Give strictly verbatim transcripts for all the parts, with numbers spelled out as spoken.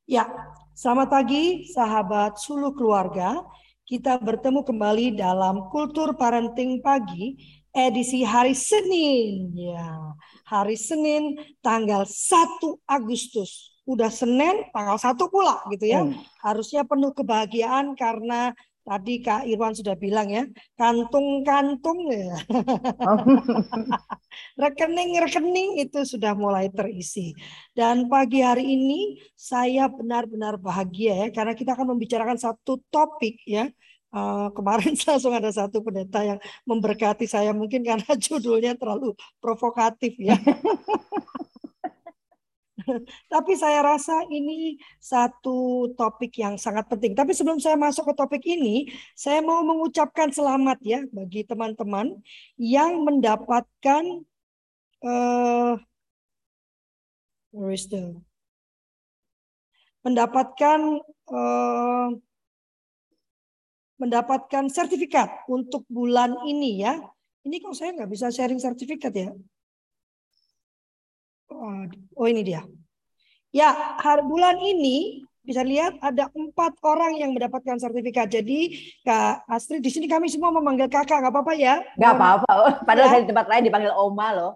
Ya, selamat pagi sahabat Suluh Keluarga. Kita bertemu kembali dalam Kultur Parenting Pagi edisi hari Senin. Ya, hari Senin tanggal satu Agustus. Udah Senin tanggal satu pula gitu ya. Hmm. Harusnya penuh kebahagiaan karena tadi Kak Irwan sudah bilang ya, kantung-kantung ya. Rekening-rekening itu sudah mulai terisi. Dan pagi hari ini saya benar-benar bahagia ya karena kita akan membicarakan satu topik ya. Uh, kemarin langsung ada satu pendeta yang memberkati saya mungkin karena judulnya terlalu provokatif ya. Tapi saya rasa ini satu topik yang sangat penting. Tapi sebelum saya masuk ke topik ini, saya mau mengucapkan selamat ya bagi teman-teman yang mendapatkan uh, where is the mendapatkan uh, mendapatkan sertifikat untuk bulan ini ya. Ini kok saya nggak bisa sharing sertifikat ya? Oh ini dia. Ya, hari bulan ini bisa lihat ada empat orang yang mendapatkan sertifikat. Jadi Kak Astrid di sini kami semua memanggil kakak, nggak apa-apa ya? Nggak apa-apa. Padahal Ya. saya di tempat lain dipanggil Oma loh.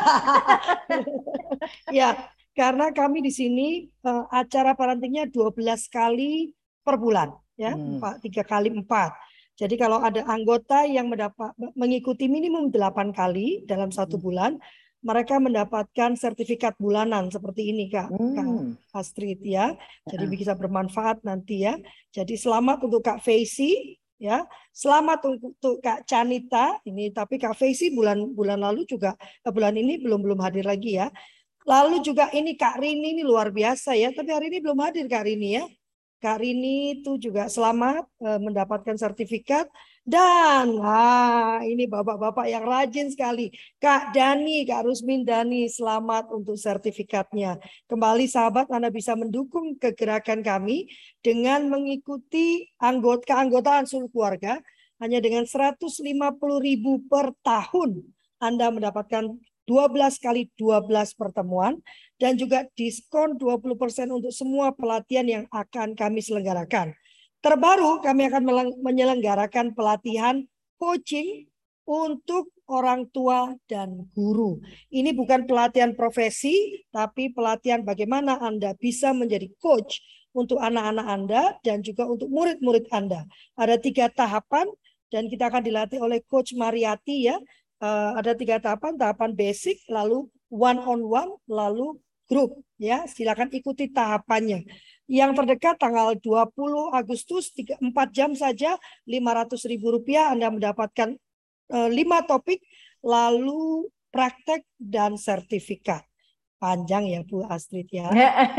Ya, karena kami di sini uh, acara parentingnya dua belas kali per bulan ya, Hmm. empat, tiga kali empat. Jadi kalau ada anggota yang mendapat mengikuti minimum delapan kali dalam satu bulan, mereka mendapatkan sertifikat bulanan seperti ini Kak, Kak Hmm. Astrid ya. Jadi Uh-uh. bisa bermanfaat nanti ya. Jadi selamat untuk Kak Faisy ya. Selamat untuk Kak Canita ini, tapi Kak Faisy bulan bulan lalu juga bulan ini belum belum hadir lagi ya. Lalu juga ini Kak Rini ini luar biasa ya, tapi hari ini belum hadir Kak Rini ya. Kak Rini itu juga selamat eh, mendapatkan sertifikat. Dan ah, ini bapak-bapak yang rajin sekali. Kak Dani, Kak Rusmin Dani, selamat untuk sertifikatnya. Kembali sahabat, Anda bisa mendukung kegerakan kami dengan mengikuti anggota keanggotaan seluruh keluarga. Hanya dengan seratus lima puluh ribu per tahun Anda mendapatkan dua belas kali dua belas pertemuan dan juga diskon dua puluh persen untuk semua pelatihan yang akan kami selenggarakan. Terbaru kami akan menyelenggarakan pelatihan coaching untuk orang tua dan guru. Ini bukan pelatihan profesi, tapi pelatihan bagaimana Anda bisa menjadi coach untuk anak-anak Anda dan juga untuk murid-murid Anda. Ada tiga tahapan dan kita akan dilatih oleh Coach Mariati ya. Uh, ada tiga tahapan, tahapan basic, lalu one on one, lalu grup ya. Silakan ikuti tahapannya. Yang terdekat tanggal dua puluh Agustus, empat jam saja, lima ratus ribu rupiah Anda mendapatkan uh, lima topik, lalu praktek dan sertifikat. Panjang ya Bu Astrid ya.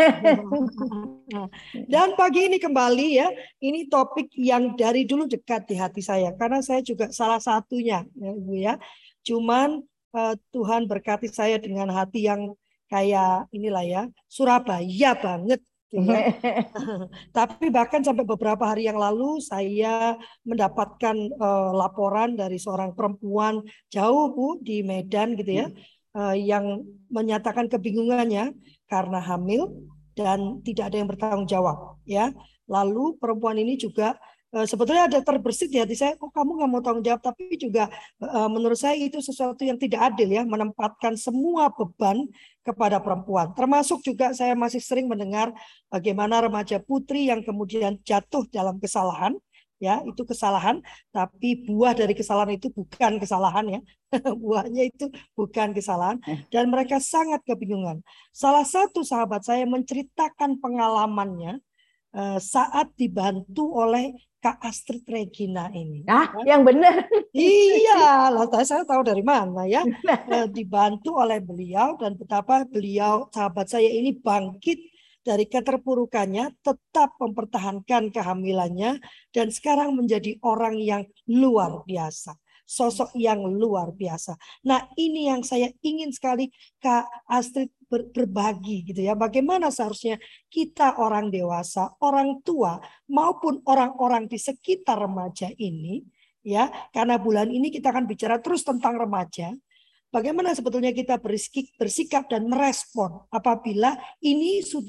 Dan pagi ini kembali ya, ini topik yang dari dulu dekat di hati saya. Karena saya juga salah satunya ya Bu ya. Cuman uh, Tuhan berkati saya dengan hati yang kayak inilah ya, Surabaya banget gitu ya. Tapi bahkan sampai beberapa hari yang lalu saya mendapatkan uh, laporan dari seorang perempuan jauh Bu di Medan gitu ya, uh, yang menyatakan kebingungannya karena hamil dan tidak ada yang bertanggung jawab ya. Lalu perempuan ini juga uh, sebetulnya ada terbersit di hati saya, kok kamu nggak mau tanggung jawab, tapi juga uh, menurut saya itu sesuatu yang tidak adil ya, menempatkan semua beban kepada perempuan. Termasuk juga saya masih sering mendengar bagaimana remaja putri yang kemudian jatuh dalam kesalahan, ya itu kesalahan, tapi buah dari kesalahan itu bukan kesalahan ya, buahnya itu bukan kesalahan, dan mereka sangat kebingungan. Salah satu sahabat saya menceritakan pengalamannya uh, saat dibantu oleh Kak Astrid Regina ini. Ah, yang benar. Iya, lah saya tahu dari mana ya. Eh, dibantu oleh beliau dan betapa beliau sahabat saya ini bangkit dari keterpurukannya, tetap mempertahankan kehamilannya dan sekarang menjadi orang yang luar biasa. Sosok yang luar biasa. Nah, ini yang saya ingin sekali Kak Astrid ber berbagi gitu ya. Bagaimana seharusnya kita orang dewasa, orang tua maupun orang-orang di sekitar remaja ini ya, karena bulan ini kita akan bicara terus tentang remaja. Bagaimana sebetulnya kita bersikap dan merespon apabila ini sudah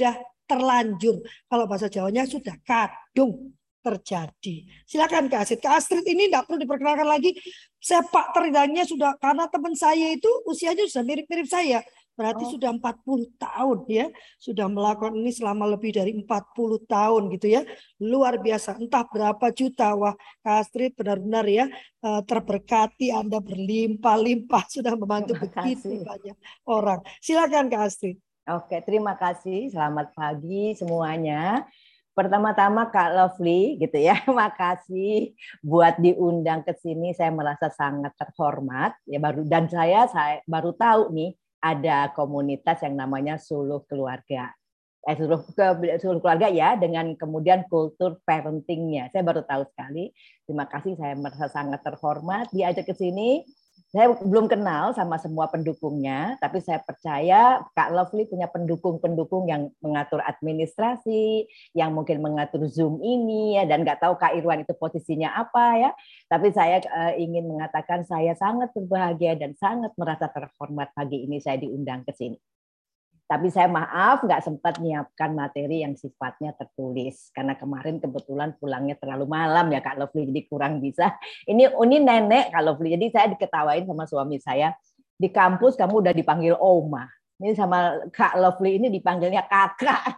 terlanjur. Kalau bahasa Jawanya sudah kadung terjadi. Silakan Kak Astrid. Kak Astrid ini tidak perlu diperkenalkan lagi. Sepak terjangnya sudah, karena teman saya itu usianya sudah mirip-mirip saya. Berarti Oh. sudah empat puluh tahun ya. Sudah melakukan ini selama lebih dari empat puluh tahun gitu ya. Luar biasa. Entah berapa juta. Wah, Kak Astrid benar-benar ya terberkati, Anda berlimpah-limpah sudah membantu Terima begitu kasih. banyak orang. Silakan Kak Astrid. Oke, terima kasih. Selamat pagi semuanya. Pertama-tama Kak Lovely gitu ya, makasih buat diundang ke sini. Saya merasa sangat terhormat ya, baru dan saya saya baru tahu nih ada komunitas yang namanya Suluh Keluarga. Eh, Suluh, ke, Suluh Keluarga ya, dengan kemudian kultur parentingnya. Saya baru tahu sekali. Terima kasih, saya merasa sangat terhormat diajak ke sini. Saya belum kenal sama semua pendukungnya, tapi saya percaya Kak Lovely punya pendukung-pendukung yang mengatur administrasi, yang mungkin mengatur Zoom ini ya, dan nggak tahu Kak Irwan itu posisinya apa ya. Tapi saya uh, ingin mengatakan saya sangat berbahagia dan sangat merasa terhormat pagi ini saya diundang ke sini. Tapi saya maaf nggak sempat menyiapkan materi yang sifatnya tertulis karena kemarin kebetulan pulangnya terlalu malam ya Kak Lovely, jadi kurang bisa. Ini ini nenek Kak Lovely, jadi saya diketawain sama suami saya, di kampus kamu udah dipanggil Oma, ini sama Kak Lovely ini dipanggilnya kakak.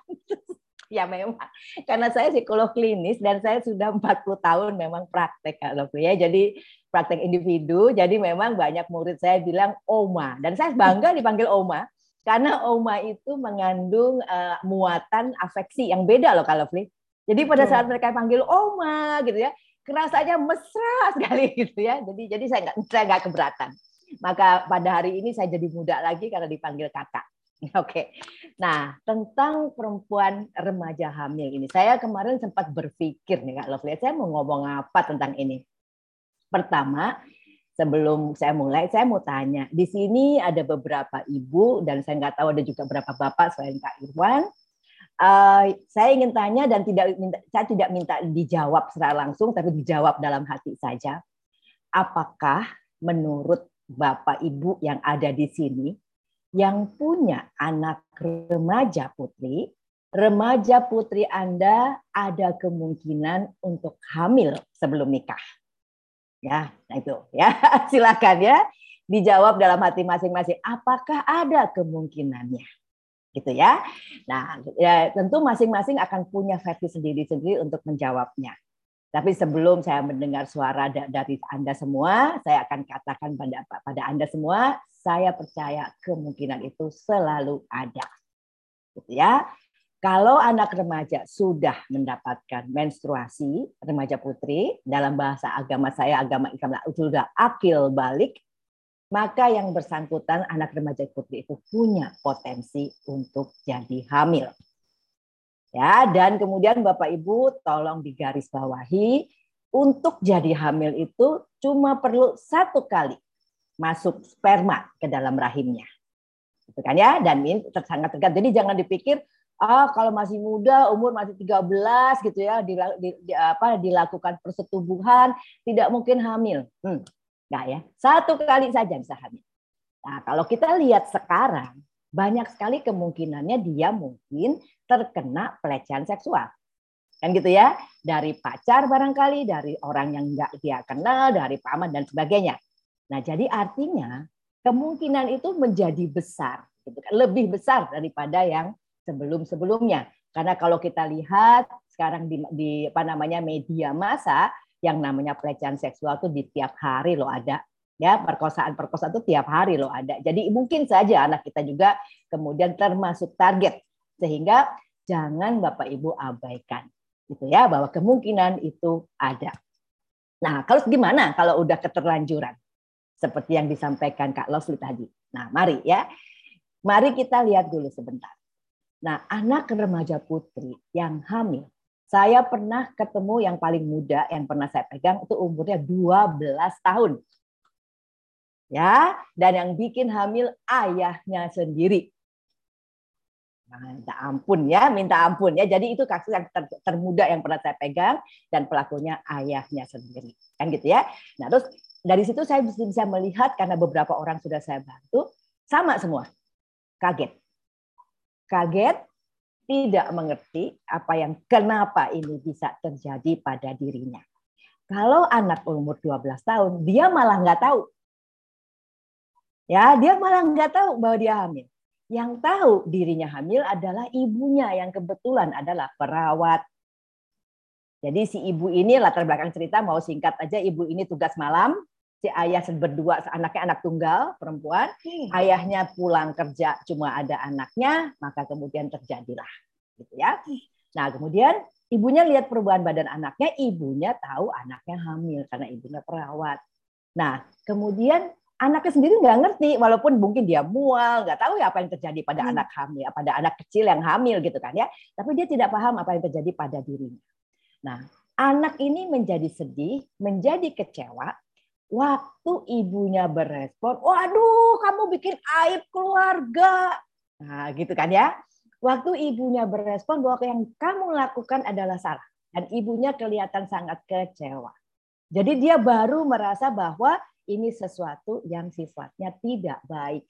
Ya memang karena saya psikolog klinis dan saya sudah empat puluh tahun memang praktek Kak Lovely ya, jadi praktek individu, jadi memang banyak murid saya bilang Oma dan saya bangga dipanggil Oma. Karena Oma itu mengandung uh, muatan afeksi yang beda loh Kak Lovely. Jadi pada saat mereka panggil Oma gitu ya, kerasanya mesra sekali gitu ya. Jadi jadi saya nggak saya nggak keberatan. Maka pada hari ini saya jadi muda lagi karena dipanggil kakak. Oke. Nah, tentang perempuan remaja hamil ini, saya kemarin sempat berpikir nih Kak Lovely, saya mau ngomong apa tentang ini. Pertama, sebelum saya mulai, saya mau tanya. Di sini ada beberapa ibu dan saya nggak tahu ada juga berapa bapak selain Kak Irwan. Uh, saya ingin tanya dan tidak minta, saya tidak minta dijawab secara langsung, tapi dijawab dalam hati saja. Apakah menurut bapak ibu yang ada di sini, yang punya anak remaja putri, remaja putri Anda ada kemungkinan untuk hamil sebelum nikah? Ya, nah itu ya, silakan ya dijawab dalam hati masing-masing. Apakah ada kemungkinannya, gitu ya? Nah, ya, tentu masing-masing akan punya versi sendiri-sendiri untuk menjawabnya. Tapi sebelum saya mendengar suara dari Anda semua, saya akan katakan pada pada Anda semua, saya percaya kemungkinan itu selalu ada, gitu ya. Kalau anak remaja sudah mendapatkan menstruasi, remaja putri, dalam bahasa agama saya, agama Islam, sudah akil balik, maka yang bersangkutan anak remaja putri itu punya potensi untuk jadi hamil. Ya, dan kemudian Bapak Ibu tolong digarisbawahi, untuk jadi hamil itu cuma perlu satu kali masuk sperma ke dalam rahimnya. Gitu kan ya, dan ini sangat tergantung. Jadi jangan dipikir ah kalau masih muda, umur masih tiga belas gitu ya, di, di, di, apa, dilakukan persetubuhan, tidak mungkin hamil. Hmm, enggak ya. Satu kali saja bisa hamil. Nah, kalau kita lihat sekarang, banyak sekali kemungkinannya dia mungkin terkena pelecehan seksual. Kan gitu ya, dari pacar barangkali, dari orang yang enggak dia kenal, dari paman dan sebagainya. Nah, jadi artinya kemungkinan itu menjadi besar, gitu kan? Lebih besar daripada yang sebelum-sebelumnya. Karena kalau kita lihat sekarang di, di apa namanya media massa, yang namanya pelecehan seksual itu di tiap hari loh ada. Ya, perkosaan-perkosaan itu tiap hari loh ada. Jadi mungkin saja anak kita juga kemudian termasuk target. Sehingga jangan Bapak Ibu abaikan. Gitu ya, bahwa kemungkinan itu ada. Nah, kalau gimana kalau udah keterlanjuran? Seperti yang disampaikan Kak Lovely tadi. Nah, mari ya. Mari kita lihat dulu sebentar. Nah, anak remaja putri yang hamil, saya pernah ketemu yang paling muda yang pernah saya pegang itu umurnya dua belas tahun. Ya, dan yang bikin hamil ayahnya sendiri. Nah, minta ampun ya, minta ampun ya. Jadi itu kasus yang ter, termuda yang pernah saya pegang dan pelakunya ayahnya sendiri. Kan gitu ya. Nah, terus dari situ saya bisa melihat karena beberapa orang sudah saya bantu, sama semua. Kaget. Kaget tidak mengerti apa yang kenapa ini bisa terjadi pada dirinya. Kalau anak umur dua belas tahun, dia malah nggak tahu. Ya, dia malah nggak tahu bahwa dia hamil. Yang tahu dirinya hamil adalah ibunya yang kebetulan adalah perawat. Jadi si ibu ini latar belakang cerita mau singkat aja, ibu ini tugas malam, si ayah berdua, anaknya anak tunggal perempuan, hmm. ayahnya pulang kerja cuma ada anaknya, maka kemudian terjadilah, gitu ya. Nah kemudian ibunya lihat perubahan badan anaknya, ibunya tahu anaknya hamil karena ibunya perawat. Nah kemudian anaknya sendiri nggak ngerti, walaupun mungkin dia mual, nggak tahu ya apa yang terjadi pada hmm. anak hamil, pada anak kecil yang hamil gitu kan ya. Tapi dia tidak paham apa yang terjadi pada dirinya. Nah, anak ini menjadi sedih, menjadi kecewa, waktu ibunya berespon, waduh kamu bikin aib keluarga. Nah gitu kan ya. Waktu ibunya berespon bahwa yang kamu lakukan adalah salah. Dan ibunya kelihatan sangat kecewa. Jadi dia baru merasa bahwa ini sesuatu yang sifatnya tidak baik.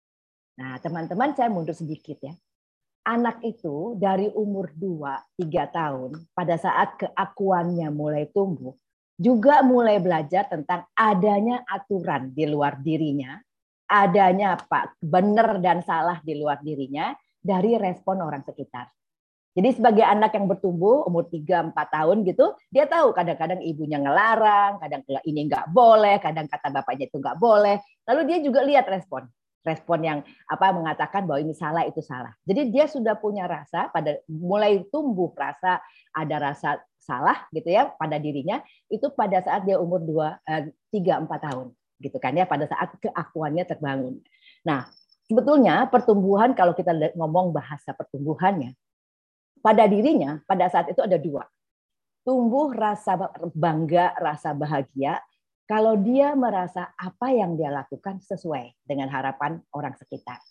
Nah teman-teman saya mundur sedikit ya. Anak itu dari umur dua tiga tahun, pada saat keakuannya mulai tumbuh, juga mulai belajar tentang adanya aturan di luar dirinya, adanya apa benar dan salah di luar dirinya dari respon orang sekitar. Jadi sebagai anak yang bertumbuh umur tiga empat tahun gitu, dia tahu kadang-kadang ibunya ngelarang, kadang ini nggak boleh, kadang kata bapaknya itu nggak boleh. Lalu dia juga lihat respon. Respon yang apa mengatakan bahwa ini salah, itu salah. Jadi dia sudah punya rasa, pada mulai tumbuh rasa, ada rasa salah gitu ya pada dirinya, itu pada saat dia umur dua, tiga, empat tahun gitu kan ya, pada saat keakuannya terbangun. Nah sebetulnya pertumbuhan, kalau kita ngomong bahasa pertumbuhannya, pada dirinya pada saat itu ada dua. Tumbuh rasa bangga, rasa bahagia, kalau dia merasa apa yang dia lakukan sesuai dengan harapan orang sekitar.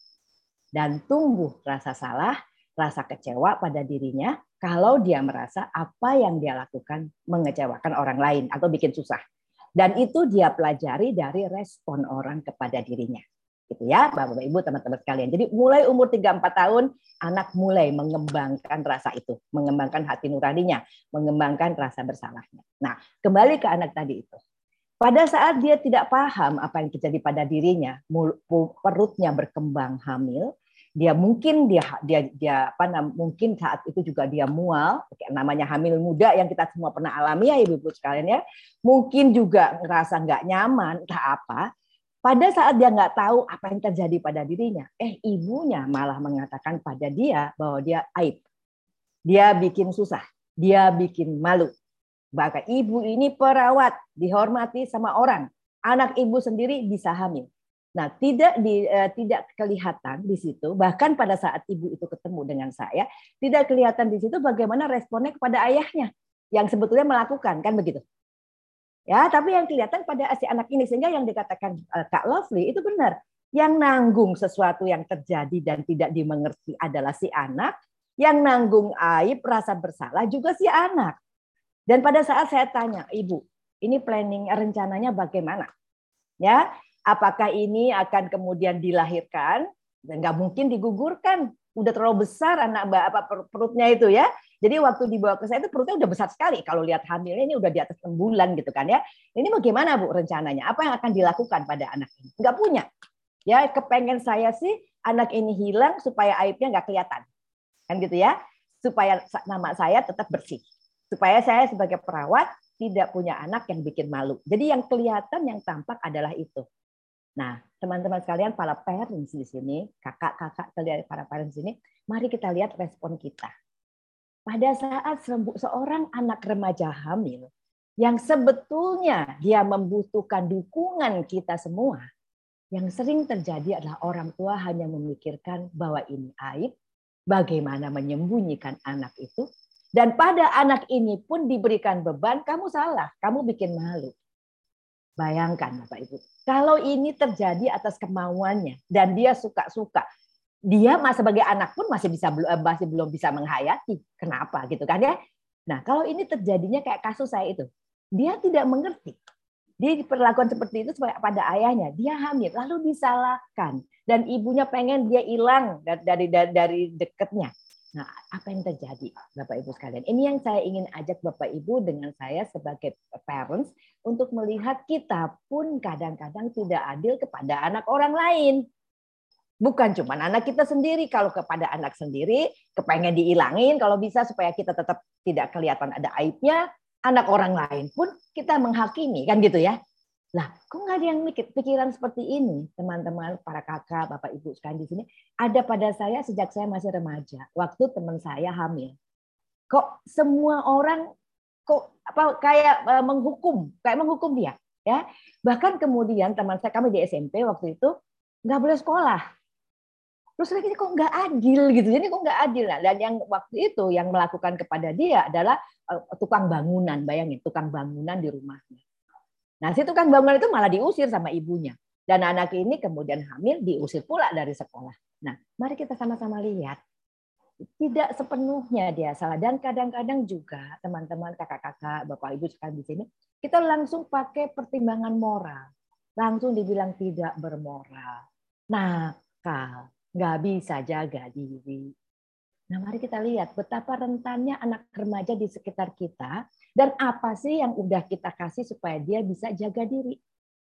Dan tumbuh rasa salah, rasa kecewa pada dirinya kalau dia merasa apa yang dia lakukan mengecewakan orang lain atau bikin susah. Dan itu dia pelajari dari respon orang kepada dirinya. Gitu ya, Bapak Ibu, teman-teman sekalian. Jadi mulai umur tiga empat tahun, anak mulai mengembangkan rasa itu, mengembangkan hati nuraninya, mengembangkan rasa bersalahnya. Nah, kembali ke anak tadi itu. Pada saat dia tidak paham apa yang terjadi pada dirinya, perutnya berkembang hamil, dia mungkin dia dia dia apa mungkin saat itu juga dia mual, namanya hamil muda yang kita semua pernah alami ya Ibu-ibu sekalian ya. Mungkin juga ngerasa nggak nyaman, entah apa. Pada saat dia nggak tahu apa yang terjadi pada dirinya, eh ibunya malah mengatakan pada dia bahwa dia aib, dia bikin susah, dia bikin malu. Bahkan ibu ini perawat, dihormati sama orang. Anak ibu sendiri bisa hamil. Nah, tidak di, eh, tidak kelihatan di situ. Bahkan pada saat ibu itu ketemu dengan saya, tidak kelihatan di situ bagaimana responnya kepada ayahnya yang sebetulnya melakukan, kan begitu. Ya, tapi yang kelihatan pada si anak ini, sehingga yang dikatakan eh, Kak Lovely itu benar. Yang nanggung sesuatu yang terjadi dan tidak dimengerti adalah si anak. Yang nanggung aib, rasa bersalah juga si anak. Dan pada saat saya tanya, Ibu, ini planning rencananya bagaimana? Ya, apakah ini akan kemudian dilahirkan? Dan nggak mungkin digugurkan, udah terlalu besar anak apa perutnya itu ya. Jadi waktu dibawa ke saya itu perutnya udah besar sekali. Kalau lihat hamilnya ini udah di atas enam bulan gitu kan ya. Ini bagaimana Bu rencananya? Apa yang akan dilakukan pada anak ini? Nggak punya. Ya, kepengen saya sih anak ini hilang supaya aibnya nggak kelihatan, kan gitu ya. Supaya nama saya tetap bersih. Supaya saya sebagai perawat tidak punya anak yang bikin malu. Jadi yang kelihatan, yang tampak adalah itu. Nah, teman-teman sekalian, para parents di sini, kakak-kakak kalian, para parents di sini, mari kita lihat respon kita. Pada saat seorang anak remaja hamil, yang sebetulnya dia membutuhkan dukungan kita semua, yang sering terjadi adalah orang tua hanya memikirkan bahwa ini aib, bagaimana menyembunyikan anak itu, dan pada anak ini pun diberikan beban, kamu salah, kamu bikin malu. Bayangkan Bapak Ibu, kalau ini terjadi atas kemauannya dan dia suka-suka, dia sebagai anak pun masih bisa masih belum bisa menghayati. Kenapa gitu kan ya? Nah, kalau ini terjadinya kayak kasus saya itu, dia tidak mengerti. Dia diperlakukan seperti itu pada ayahnya, dia hamil lalu disalahkan dan ibunya pengen dia hilang dari dari, dari dekatnya. Nah, apa yang terjadi, Bapak Ibu sekalian? Ini yang saya ingin ajak Bapak Ibu dengan saya sebagai parents untuk melihat kita pun kadang-kadang tidak adil kepada anak orang lain. Bukan cuma anak kita sendiri. Kalau kepada anak sendiri, kepengen dihilangin kalau bisa supaya kita tetap tidak kelihatan ada aibnya. Anak orang lain pun kita menghakimi, kan gitu ya. Lah, kok nggak ada yang mikir pikiran seperti ini, teman-teman, para kakak, bapak, ibu sekalian di sini ada pada saya sejak saya masih remaja. Waktu teman saya hamil, kok semua orang kok apa kayak uh, menghukum, kayak menghukum dia, ya. Bahkan kemudian teman saya, kami di S M P waktu itu nggak boleh sekolah. Terus lagi kok nggak adil gitu, jadi kok nggak adil. Nah, dan yang waktu itu yang melakukan kepada dia adalah uh, tukang bangunan, bayangin, tukang bangunan di rumahnya. Nah, si tukang bangunan itu malah diusir sama ibunya. Dan anak ini kemudian hamil, diusir pula dari sekolah. Nah, mari kita sama-sama lihat. Tidak sepenuhnya dia salah. Dan kadang-kadang juga teman-teman, kakak-kakak, bapak ibu sekalian di sini, kita langsung pakai pertimbangan moral. Langsung dibilang tidak bermoral. Nakal, nggak bisa jaga diri. Nah, mari kita lihat betapa rentannya anak remaja di sekitar kita dan apa sih yang udah kita kasih supaya dia bisa jaga diri.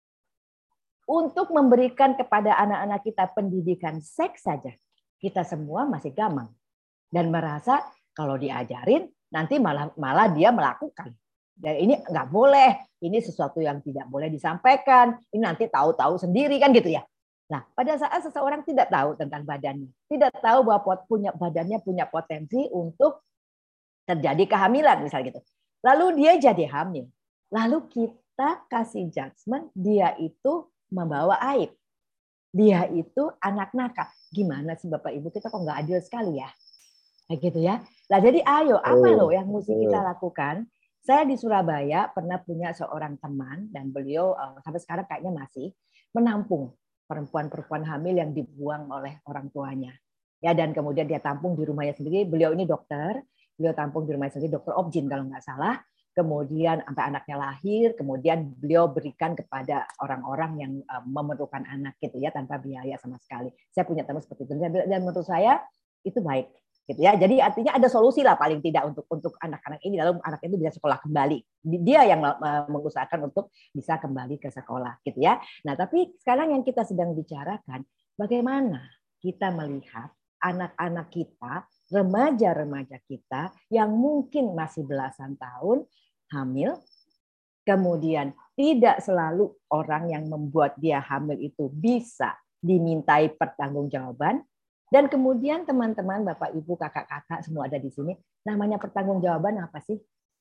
Untuk memberikan kepada anak-anak kita pendidikan seks saja, kita semua masih gamang dan merasa kalau diajarin nanti malah malah dia melakukan. Dan ini nggak boleh, ini sesuatu yang tidak boleh disampaikan, ini nanti tahu-tahu sendiri kan gitu ya. Nah, pada saat seseorang tidak tahu tentang badannya, tidak tahu bahwa punya badannya punya potensi untuk terjadi kehamilan misalnya gitu. Lalu dia jadi hamil. Lalu kita kasih judgement dia itu membawa aib. Dia itu anak nakal. Gimana sih Bapak Ibu, kita kok nggak adil sekali ya? Kayak gitu ya. Nah, jadi ayo apa loh yang mesti kita lakukan? Saya di Surabaya pernah punya seorang teman dan beliau uh, sampai sekarang kayaknya masih menampung perempuan-perempuan hamil yang dibuang oleh orang tuanya. Ya, dan kemudian dia tampung di rumahnya sendiri. Beliau ini dokter, beliau tampung di rumahnya sendiri, dokter objin kalau nggak salah. Kemudian sampai anaknya lahir, kemudian beliau berikan kepada orang-orang yang memerlukan anak gitu ya tanpa biaya sama sekali. Saya punya teman seperti itu dan menurut saya itu baik gitu ya. Jadi artinya ada solusi lah paling tidak untuk untuk anak-anak ini, lalu anak itu bisa sekolah kembali. Dia yang mengusahakan untuk bisa kembali ke sekolah gitu ya. Nah, tapi sekarang yang kita sedang bicarakan bagaimana kita melihat anak-anak kita, remaja-remaja kita yang mungkin masih belasan tahun hamil, kemudian tidak selalu orang yang membuat dia hamil itu bisa dimintai pertanggungjawaban. Dan kemudian teman-teman, Bapak, Ibu, kakak-kakak semua ada di sini, namanya pertanggungjawaban apa sih?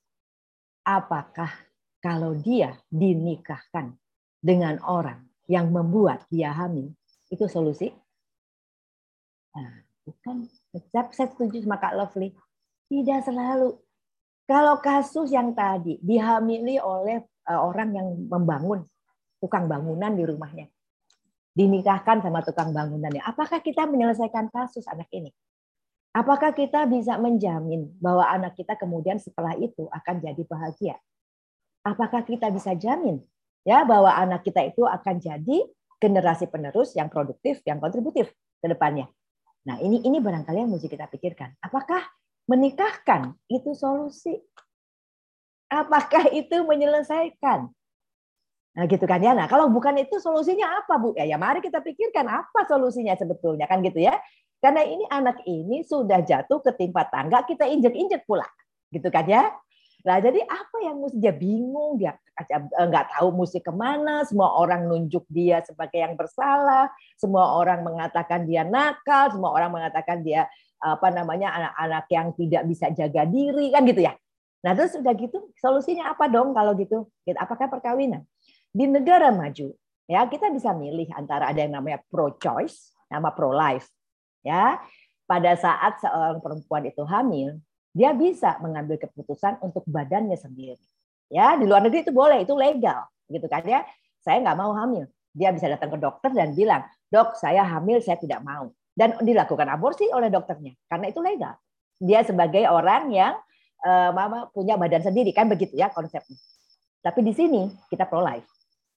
Apakah kalau dia dinikahkan dengan orang yang membuat dia hamil, itu solusi? Nah, bukan. Saya setuju sama Kak Lovely. Tidak selalu. Kalau kasus yang tadi dihamili oleh orang yang membangun, tukang bangunan di rumahnya, dinikahkan sama tukang bangunannya. Apakah kita menyelesaikan kasus anak ini? Apakah kita bisa menjamin bahwa anak kita kemudian setelah itu akan jadi bahagia? Apakah kita bisa jamin ya bahwa anak kita itu akan jadi generasi penerus yang produktif, yang kontributif ke depannya? Nah, ini ini barangkali yang mesti kita pikirkan. Apakah menikahkan itu solusi? Apakah itu menyelesaikan? Nah, gitu kan ya. Nah, kalau bukan itu solusinya apa, Bu? Ya, ya mari kita pikirkan apa solusinya sebetulnya kan gitu ya. Karena ini anak ini sudah jatuh ketimpa tangga, kita injek-injek pula. Gitu kan ya. Nah, jadi apa yang mesti dia bingung, dia nggak tahu mesti kemana, semua orang nunjuk dia sebagai yang bersalah, semua orang mengatakan dia nakal, semua orang mengatakan dia apa namanya anak-anak yang tidak bisa jaga diri kan gitu ya. Nah, terus udah gitu solusinya apa dong kalau gitu? Apakah perkawinan? Di negara maju, ya kita bisa milih antara ada yang namanya pro-choice, nama pro-life. Ya, pada saat seorang perempuan itu hamil, dia bisa mengambil keputusan untuk badannya sendiri. Ya, di luar negeri itu boleh, itu legal, gitu kan ya. Saya nggak mau hamil. Dia bisa datang ke dokter dan bilang, dok, saya hamil, saya tidak mau. Dan dilakukan aborsi oleh dokternya, karena itu legal. Dia sebagai orang yang uh, mama punya badan sendiri, kan begitu ya konsepnya. Tapi di sini kita pro-life.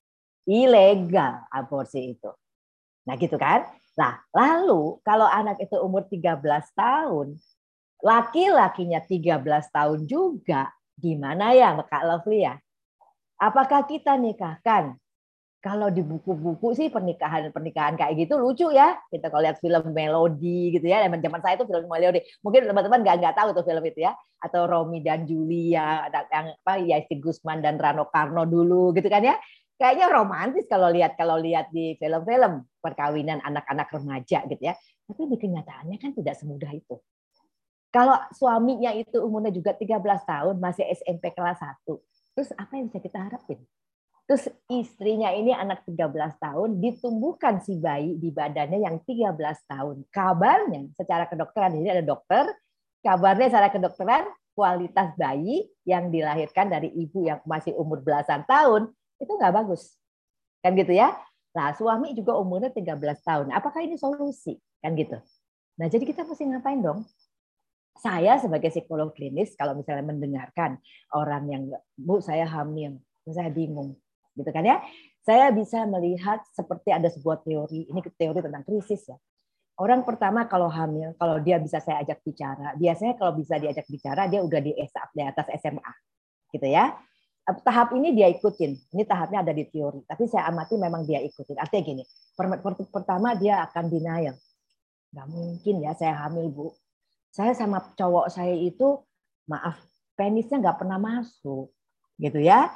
Ilegal aborsi itu. Nah gitu kan. Nah lalu kalau anak itu umur tiga belas tahun, laki-lakinya tiga belas tahun juga, gimana ya Kak Lovely ya? Apakah kita nikahkan? Kalau di buku-buku sih pernikahan-pernikahan kayak gitu lucu ya. Kita kalau lihat film Melody gitu ya, zaman saya itu film Melody. Mungkin teman-teman nggak nggak tahu tuh film itu ya. Atau Romi dan Julia, yang apa Yasti Gusman dan Rano Karno dulu gitu kan ya. Kayaknya romantis kalau lihat kalau lihat di film-film perkawinan anak-anak remaja gitu ya. Tapi di kenyataannya kan tidak semudah itu. Kalau suaminya itu umurnya juga tiga belas tahun, masih S M P kelas satu, terus apa yang bisa kita harapin? Terus istrinya ini anak tiga belas tahun, ditumbuhkan si bayi di badannya yang tiga belas tahun. Kabarnya secara kedokteran, ini ada dokter, kabarnya secara kedokteran kualitas bayi yang dilahirkan dari ibu yang masih umur belasan tahun, itu nggak bagus. Kan gitu ya. Nah, suami juga umurnya tiga belas tahun. Apakah ini solusi? Kan gitu. Nah, jadi kita mesti ngapain dong? Saya sebagai psikolog klinis, kalau misalnya mendengarkan orang yang, Bu, saya hamil, saya bingung. Gitu kan ya, saya bisa melihat seperti ada sebuah teori, ini teori tentang krisis ya. Orang pertama kalau hamil, kalau dia bisa saya ajak bicara, biasanya kalau bisa diajak bicara dia udah di di atas S M A, gitu ya. Tahap ini dia ikutin, ini tahapnya ada di teori, tapi saya amati memang dia ikutin. Artinya gini, pertama dia akan denial, nggak mungkin ya saya hamil Bu, saya sama cowok saya itu maaf penisnya nggak pernah masuk, gitu ya.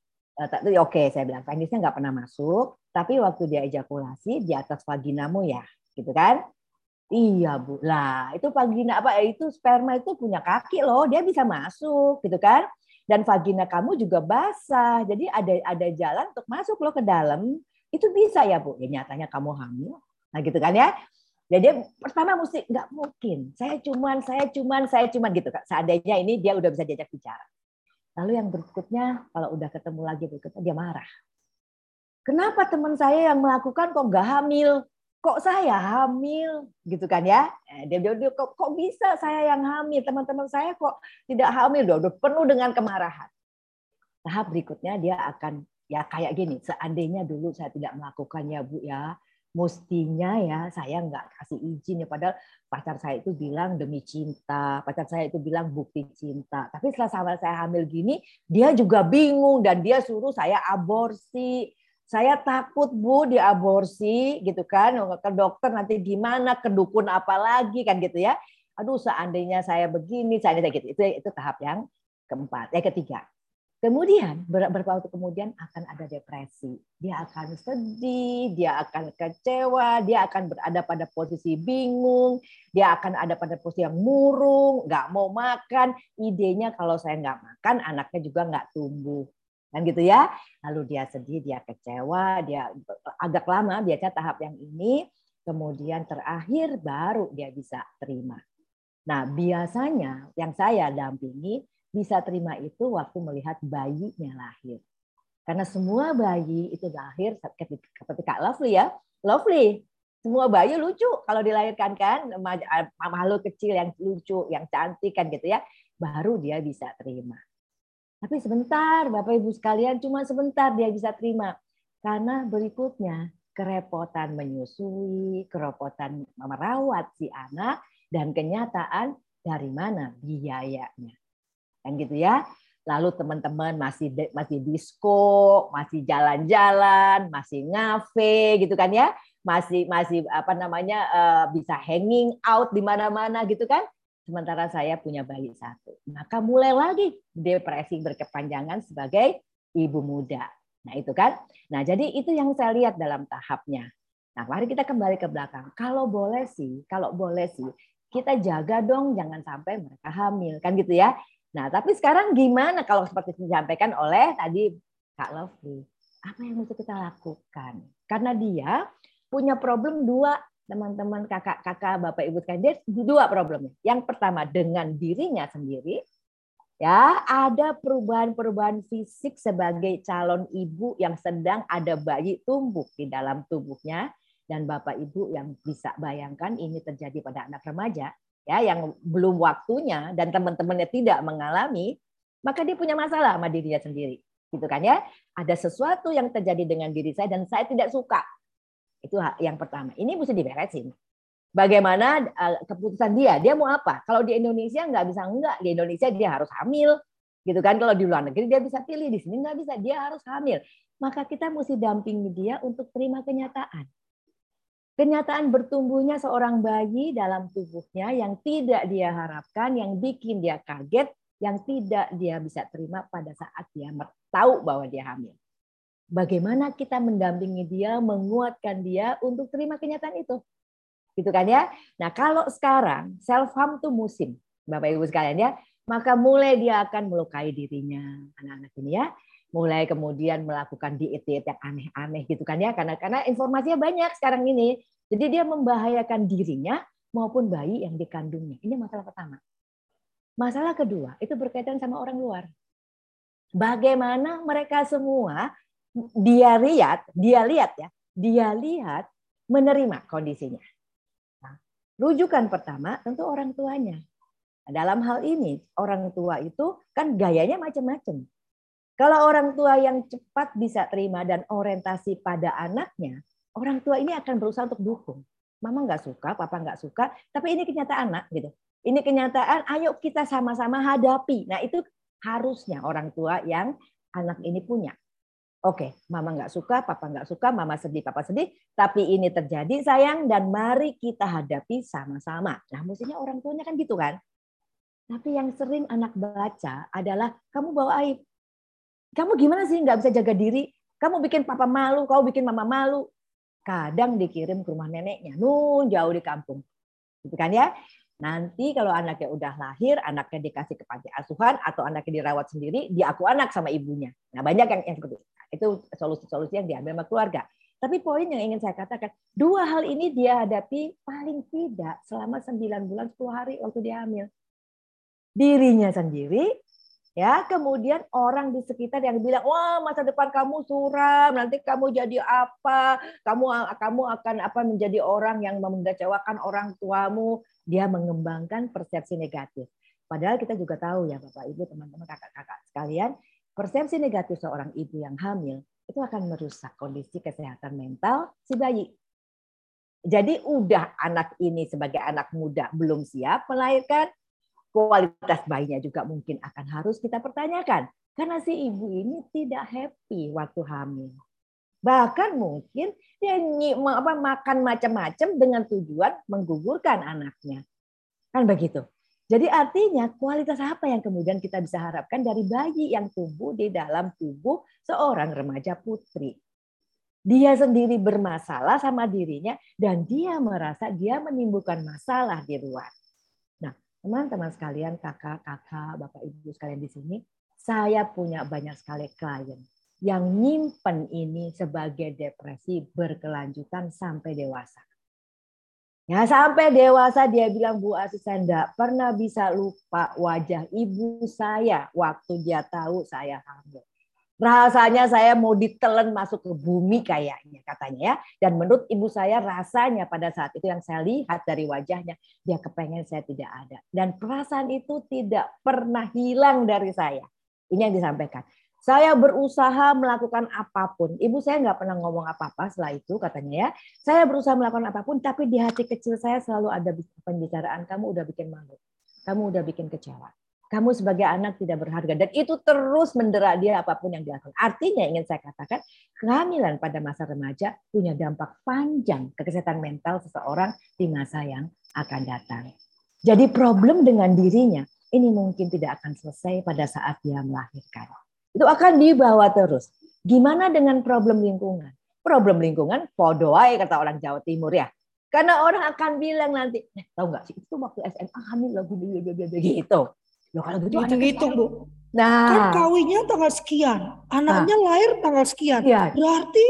Oke, saya bilang penisnya nggak pernah masuk, tapi waktu dia ejakulasi di atas vaginamu ya, gitu kan? Iya Bu, lah itu vagina apa? Itu sperma itu punya kaki loh, dia bisa masuk, gitu kan? Dan vagina kamu juga basah, jadi ada ada jalan untuk masuk loh ke dalam. Itu bisa ya Bu? Ya nyatanya kamu hamil, nah gitu kan ya? Jadi pertama mesti nggak mungkin. Saya cuman, saya cuman, saya cuman gitu kan. Seandainya ini dia udah bisa diajak bicara. Lalu yang berikutnya, kalau udah ketemu lagi berikutnya, dia marah. Kenapa teman saya yang melakukan kok nggak hamil? Kok saya hamil? Gitu kan ya. Dia dia kok, kok bisa saya yang hamil? Teman-teman saya kok tidak hamil? Udah, udah penuh dengan kemarahan. Tahap berikutnya dia akan, ya kayak gini, seandainya dulu saya tidak melakukannya Bu ya, mestinya ya saya nggak kasih izin ya, padahal pacar saya itu bilang demi cinta, pacar saya itu bilang bukti cinta. Tapi setelah sama saya hamil gini, dia juga bingung dan dia suruh saya aborsi. Saya takut Bu diaborsi gitu kan, ke dokter nanti gimana, ke dukun apa lagi kan gitu ya. Aduh seandainya saya begini, seandainya gitu. Itu itu tahap yang keempat, yang ketiga. Kemudian beberapa waktu kemudian akan ada depresi, dia akan sedih, dia akan kecewa, dia akan berada pada posisi bingung, dia akan ada pada posisi yang murung, nggak mau makan. Idenya kalau saya nggak makan, anaknya juga nggak tumbuh, kan gitu ya. Lalu dia sedih, dia kecewa, dia agak lama biasanya tahap yang ini. Kemudian terakhir baru dia bisa terima. Nah biasanya yang saya dampingi bisa terima itu waktu melihat bayinya lahir. Karena semua bayi itu lahir ketika Lovely ya. Lovely. Semua bayi lucu kalau dilahirkan kan. Makhluk kecil yang lucu, yang cantik kan gitu ya. Baru dia bisa terima. Tapi sebentar Bapak Ibu sekalian, cuma sebentar dia bisa terima. Karena berikutnya kerepotan menyusui, kerepotan merawat si anak, dan kenyataan dari mana biayanya. Kan gitu ya. Lalu teman-teman masih masih disko, masih jalan-jalan, masih ngafe gitu kan ya. Masih masih apa namanya bisa hanging out di mana-mana gitu kan. Sementara saya punya bayi satu. Maka mulai lagi depresi berkepanjangan sebagai ibu muda. Nah, itu kan. Nah, jadi itu yang saya lihat dalam tahapnya. Nah, mari kita kembali ke belakang. Kalau boleh sih, kalau boleh sih kita jaga dong jangan sampai mereka hamil kan gitu ya. Nah, tapi sekarang gimana kalau seperti disampaikan oleh tadi Kak Lovely? Apa yang mesti kita lakukan? Karena dia punya problem dua, teman-teman, kakak-kakak, Bapak Ibu sekalian, dia dua problemnya. Yang pertama dengan dirinya sendiri, ya ada perubahan-perubahan fisik sebagai calon ibu yang sedang ada bayi tumbuh di dalam tubuhnya, dan Bapak Ibu yang bisa bayangkan ini terjadi pada anak remaja. Ya, yang belum waktunya dan teman-temannya tidak mengalami, maka dia punya masalah sama dirinya sendiri, gitu kan ya? Ada sesuatu yang terjadi dengan diri saya dan saya tidak suka. Itu yang pertama. Ini mesti diberesin. Bagaimana uh, keputusan dia? Dia mau apa? Kalau di Indonesia nggak bisa enggak. Di Indonesia dia harus hamil, gitu kan? Kalau di luar negeri dia bisa pilih, di sini nggak bisa, dia harus hamil. Maka kita mesti dampingi dia untuk terima kenyataan. Kenyataan bertumbuhnya seorang bayi dalam tubuhnya yang tidak dia harapkan, yang bikin dia kaget, yang tidak dia bisa terima pada saat dia tahu bahwa dia hamil. Bagaimana kita mendampingi dia, menguatkan dia untuk terima kenyataan itu. Gitu kan ya. Nah, kalau sekarang self harm itu musim, Bapak Ibu sekalian ya, maka mulai dia akan melukai dirinya, anak-anak ini ya. Mulai kemudian melakukan diet-diet yang aneh-aneh gitu kan ya, karena karena informasinya banyak sekarang ini. Jadi dia membahayakan dirinya maupun bayi yang dikandungnya. Ini masalah pertama. Masalah kedua itu berkaitan sama orang luar. Bagaimana mereka semua dia lihat, dia lihat ya, dia lihat menerima kondisinya. Nah, rujukan pertama tentu orang tuanya. Dalam hal ini orang tua itu kan gayanya macam-macam. Kalau orang tua yang cepat bisa terima dan orientasi pada anaknya, orang tua ini akan berusaha untuk dukung. Mama nggak suka, papa nggak suka, tapi ini kenyataan nak, gitu. Ini kenyataan, ayo kita sama-sama hadapi. Nah itu harusnya orang tua yang anak ini punya. Oke, mama nggak suka, papa nggak suka, mama sedih, papa sedih, tapi ini terjadi sayang dan mari kita hadapi sama-sama. Nah mestinya orang tuanya kan gitu kan. Tapi yang sering anak baca adalah kamu bawa aib. Kamu gimana sih nggak bisa jaga diri? Kamu bikin papa malu, kamu bikin mama malu. Kadang dikirim ke rumah neneknya, nun jauh di kampung. Gitu kan ya. Nanti kalau anaknya udah lahir, anaknya dikasih ke panti asuhan atau anaknya dirawat sendiri, dia aku anak sama ibunya. Nah banyak yang, yang seperti itu. Itu solusi-solusi yang diambil sama keluarga. Tapi poin yang ingin saya katakan, dua hal ini dia hadapi paling tidak selama sembilan bulan sepuluh hari waktu dia hamil. Dirinya sendiri, ya, kemudian orang di sekitar yang bilang, wah masa depan kamu suram, nanti kamu jadi apa, kamu kamu akan apa menjadi orang yang mengecewakan orang tuamu. Dia mengembangkan persepsi negatif. Padahal kita juga tahu ya Bapak Ibu, teman-teman, kakak-kakak sekalian, persepsi negatif seorang ibu yang hamil itu akan merusak kondisi kesehatan mental si bayi. Jadi udah anak ini sebagai anak muda belum siap melahirkan, kualitas bayinya juga mungkin akan harus kita pertanyakan. Karena si ibu ini tidak happy waktu hamil. Bahkan mungkin dia makan macam-macam dengan tujuan menggugurkan anaknya. Kan begitu. Jadi artinya kualitas apa yang kemudian kita bisa harapkan dari bayi yang tumbuh di dalam tubuh seorang remaja putri. Dia sendiri bermasalah sama dirinya dan dia merasa dia menimbulkan masalah di luar. Teman-teman sekalian, kakak-kakak, bapak ibu sekalian di sini, saya punya banyak sekali klien yang nyimpen ini sebagai depresi berkelanjutan sampai dewasa. Ya sampai dewasa dia bilang, Bu Asi, saya enggak pernah bisa lupa wajah ibu saya waktu dia tahu saya hamil. Rasanya saya mau ditelan masuk ke bumi kayaknya katanya ya. Dan menurut ibu saya rasanya pada saat itu yang saya lihat dari wajahnya, dia kepengen saya tidak ada. Dan perasaan itu tidak pernah hilang dari saya. Ini yang disampaikan. Saya berusaha melakukan apapun. Ibu saya nggak pernah ngomong apa-apa setelah itu katanya ya. Saya berusaha melakukan apapun, tapi di hati kecil saya selalu ada pembicaraan, kamu udah bikin malu. Kamu udah bikin kecewa. Kamu sebagai anak tidak berharga. Dan itu terus mendera dia apapun yang dilakukan. Artinya ingin saya katakan, kehamilan pada masa remaja punya dampak panjang ke kesehatan mental seseorang di masa yang akan datang. Jadi problem dengan dirinya, ini mungkin tidak akan selesai pada saat dia melahirkan. Itu akan dibawa terus. Gimana dengan problem lingkungan? Problem lingkungan, podo ae kata orang Jawa Timur ya. Karena orang akan bilang nanti, eh, tahu nggak sih, itu waktu S M A hamil lagu gitu. Loh, kalau gitu hitung-hitung Bu. Nah, kan kawinnya tanggal sekian, anaknya nah, lahir tanggal sekian. Iya. Berarti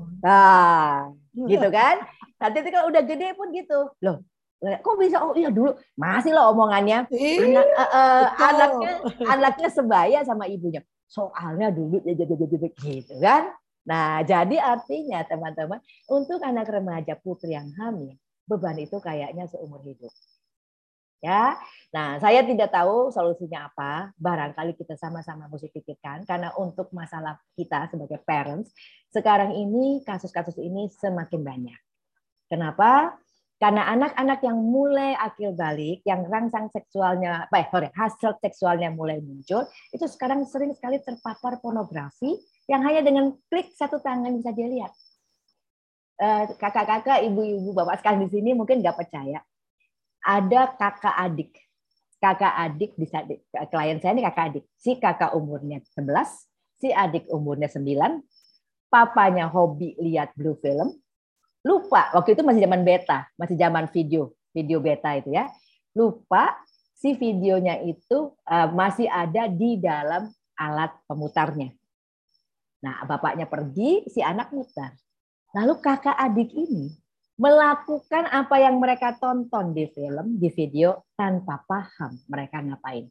nah, gitu kan? Nanti itu kalau udah gede pun gitu. Loh, kok bisa? Oh iya dulu masih loh omongannya. Eh, Anak uh, uh, anaknya anaknya sebaya sama ibunya. Soalnya dulu gitu kan? Nah, jadi artinya teman-teman, untuk anak remaja putri yang hamil, beban itu kayaknya seumur hidup. Ya, nah saya tidak tahu solusinya apa. Barangkali kita sama-sama mesti pikirkan karena untuk masalah kita sebagai parents sekarang ini kasus-kasus ini semakin banyak. Kenapa? Karena anak-anak yang mulai akil balik, yang rangsang seksualnya, apa ya, sorry, hasrat seksualnya mulai muncul, itu sekarang sering sekali terpapar pornografi yang hanya dengan klik satu tangan bisa dia lihat. Kakak-kakak, ibu-ibu, bapak sekalian di sini mungkin nggak percaya. Ada kakak adik. Kakak adik, bisa klien saya ini kakak adik. Si kakak umurnya sebelas, si adik umurnya sembilan, papanya hobi lihat blue film, lupa, waktu itu masih zaman beta, masih zaman video, video beta itu ya. Lupa si videonya itu uh, masih ada di dalam alat pemutarnya. Nah, bapaknya pergi, si anak mutar. Lalu kakak adik ini melakukan apa yang mereka tonton di film, di video, tanpa paham mereka ngapain.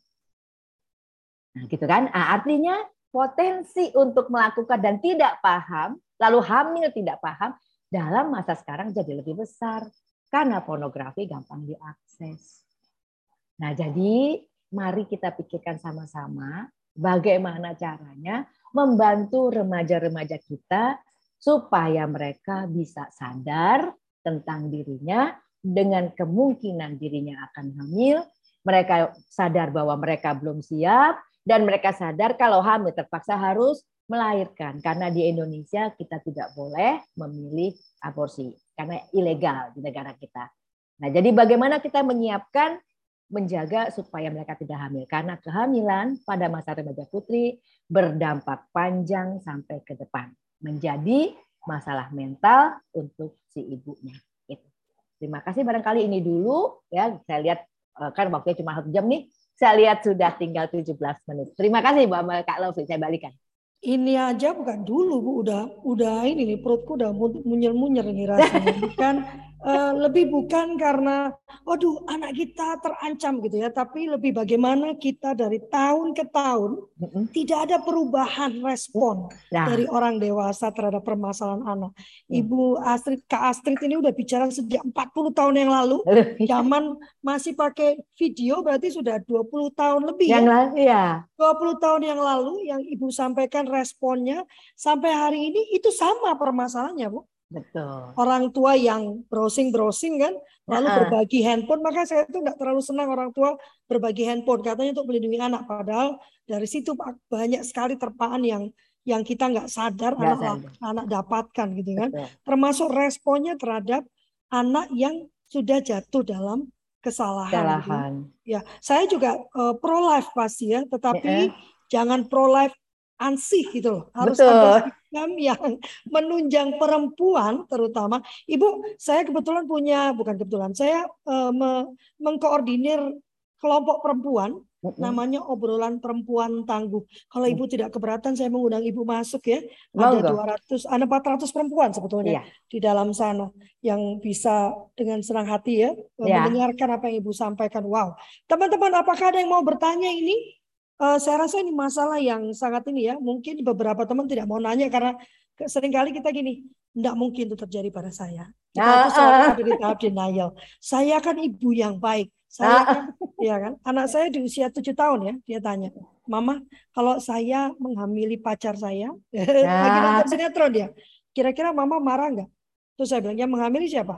Nah, gitu kan? Nah, artinya potensi untuk melakukan dan tidak paham, lalu hamil tidak paham, dalam masa sekarang jadi lebih besar karena pornografi gampang diakses. Nah, jadi mari kita pikirkan sama-sama bagaimana caranya membantu remaja-remaja kita supaya mereka bisa sadar tentang dirinya dengan kemungkinan dirinya akan hamil, mereka sadar bahwa mereka belum siap dan mereka sadar kalau hamil terpaksa harus melahirkan, karena di Indonesia kita tidak boleh memilih aborsi karena ilegal di negara kita. Nah, jadi bagaimana kita menyiapkan menjaga supaya mereka tidak hamil, karena kehamilan pada masa remaja putri berdampak panjang sampai ke depan, menjadi masalah mental untuk si ibunya. Itu. Terima kasih, barangkali ini dulu ya. Saya lihat kan waktunya cuma satu jam nih. Saya lihat sudah tinggal tujuh belas menit. Terima kasih Mbak Kak Lovely, saya balikan. Ini aja bukan dulu Bu, udah udah ini nih perutku udah munyer-munyer ini rasanya. Bukan uh, lebih bukan karena waduh anak kita terancam gitu ya, tapi lebih bagaimana kita dari tahun ke tahun mm-hmm. tidak ada perubahan respon nah. dari orang dewasa terhadap permasalahan anak. Ibu Astrid, Kak Astrid ini udah bicara sejak empat puluh tahun yang lalu. Zaman masih pakai video berarti sudah dua puluh tahun lebih yang ya. lalu ya. dua puluh tahun yang lalu yang Ibu sampaikan responnya sampai hari ini itu sama permasalahannya, Bu. Betul. Orang tua yang browsing-browsing kan, lalu uh-uh. berbagi handphone, maka saya itu enggak terlalu senang orang tua berbagi handphone, katanya untuk melindungi anak, padahal dari situ banyak sekali terpaan yang yang kita nggak sadar gak anak sadar. anak dapatkan gitu kan. Betul. Termasuk responnya terhadap anak yang sudah jatuh dalam kesalahan. kesalahan. Gitu. Ya, saya juga uh, pro life pasti ya, tetapi yeah. jangan pro life ansih gitu loh. Harus Betul. ada sikap yang menunjang perempuan terutama. Ibu, saya kebetulan punya, bukan kebetulan, saya uh, me mengkoordinir kelompok perempuan. Mm-hmm. Namanya obrolan perempuan tangguh. Kalau Ibu tidak keberatan, saya mengundang Ibu masuk ya. Ada Monggo. dua ratus, ada empat ratus perempuan sebetulnya yeah. di dalam sana yang bisa dengan senang hati ya yeah. mendengarkan apa yang Ibu sampaikan. Wow, teman-teman, apakah ada yang mau bertanya ini? Uh, saya rasa ini masalah yang sangat ini ya. Mungkin beberapa teman tidak mau nanya karena seringkali kita gini, tidak mungkin itu terjadi pada saya. Kita ah, itu selalu ah. ada di tahap denial. Saya kan ibu yang baik. Saya kan, ya kan, anak saya di usia tujuh tahun ya, dia tanya, Mama, kalau saya menghamili pacar saya, lagi nonton sinetron dia, kira-kira Mama marah nggak? Terus saya bilang, yang menghamili siapa?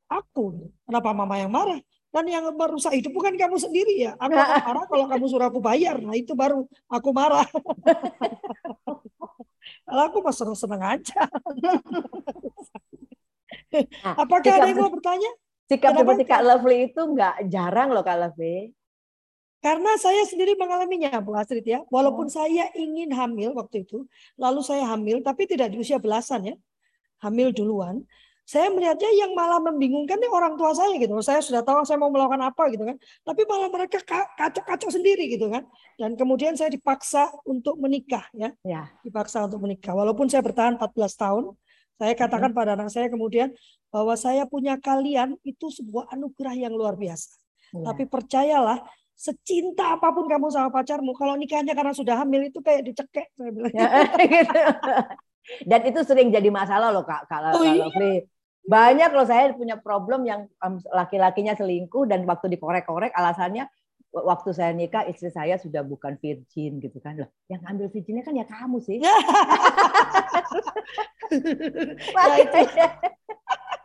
Aku. Kenapa Mama yang marah? Dan yang merusak hidup bukan kamu sendiri ya. Aku akan marah kalau kamu suruh aku bayar. Nah itu baru aku marah. Kalau aku mah seneng-seneng aja. Apakah ada yang mau bertanya? Sikap seperti Kak Lovely itu nggak jarang loh Kak Lovely. Karena saya sendiri mengalaminya Bu Astrid ya. Walaupun oh. saya ingin hamil waktu itu. Lalu saya hamil tapi tidak di usia belasan ya. Hamil duluan. Saya melihatnya yang malah membingungkan nih orang tua saya gitu. Saya sudah tahu saya mau melakukan apa gitu kan. Tapi malah mereka kacau-kacau sendiri gitu kan. Dan kemudian saya dipaksa untuk menikah ya. ya. Dipaksa untuk menikah. Walaupun saya bertahan empat belas tahun. Saya katakan mm-hmm. pada anak saya kemudian bahwa saya punya kalian itu sebuah anugerah yang luar biasa. Ya. Tapi percayalah, secinta apapun kamu sama pacarmu, kalau nikahnya karena sudah hamil itu kayak dicekek. Saya bilang. Ya, gitu. Dan itu sering jadi masalah loh Kak, Kak oh, Lovely. Banyak loh saya punya problem yang um, laki-lakinya selingkuh dan waktu dikorek-korek alasannya waktu saya nikah istri saya sudah bukan virgin gitu kan. Loh, yang ambil virginnya kan ya kamu sih. Ya, itu,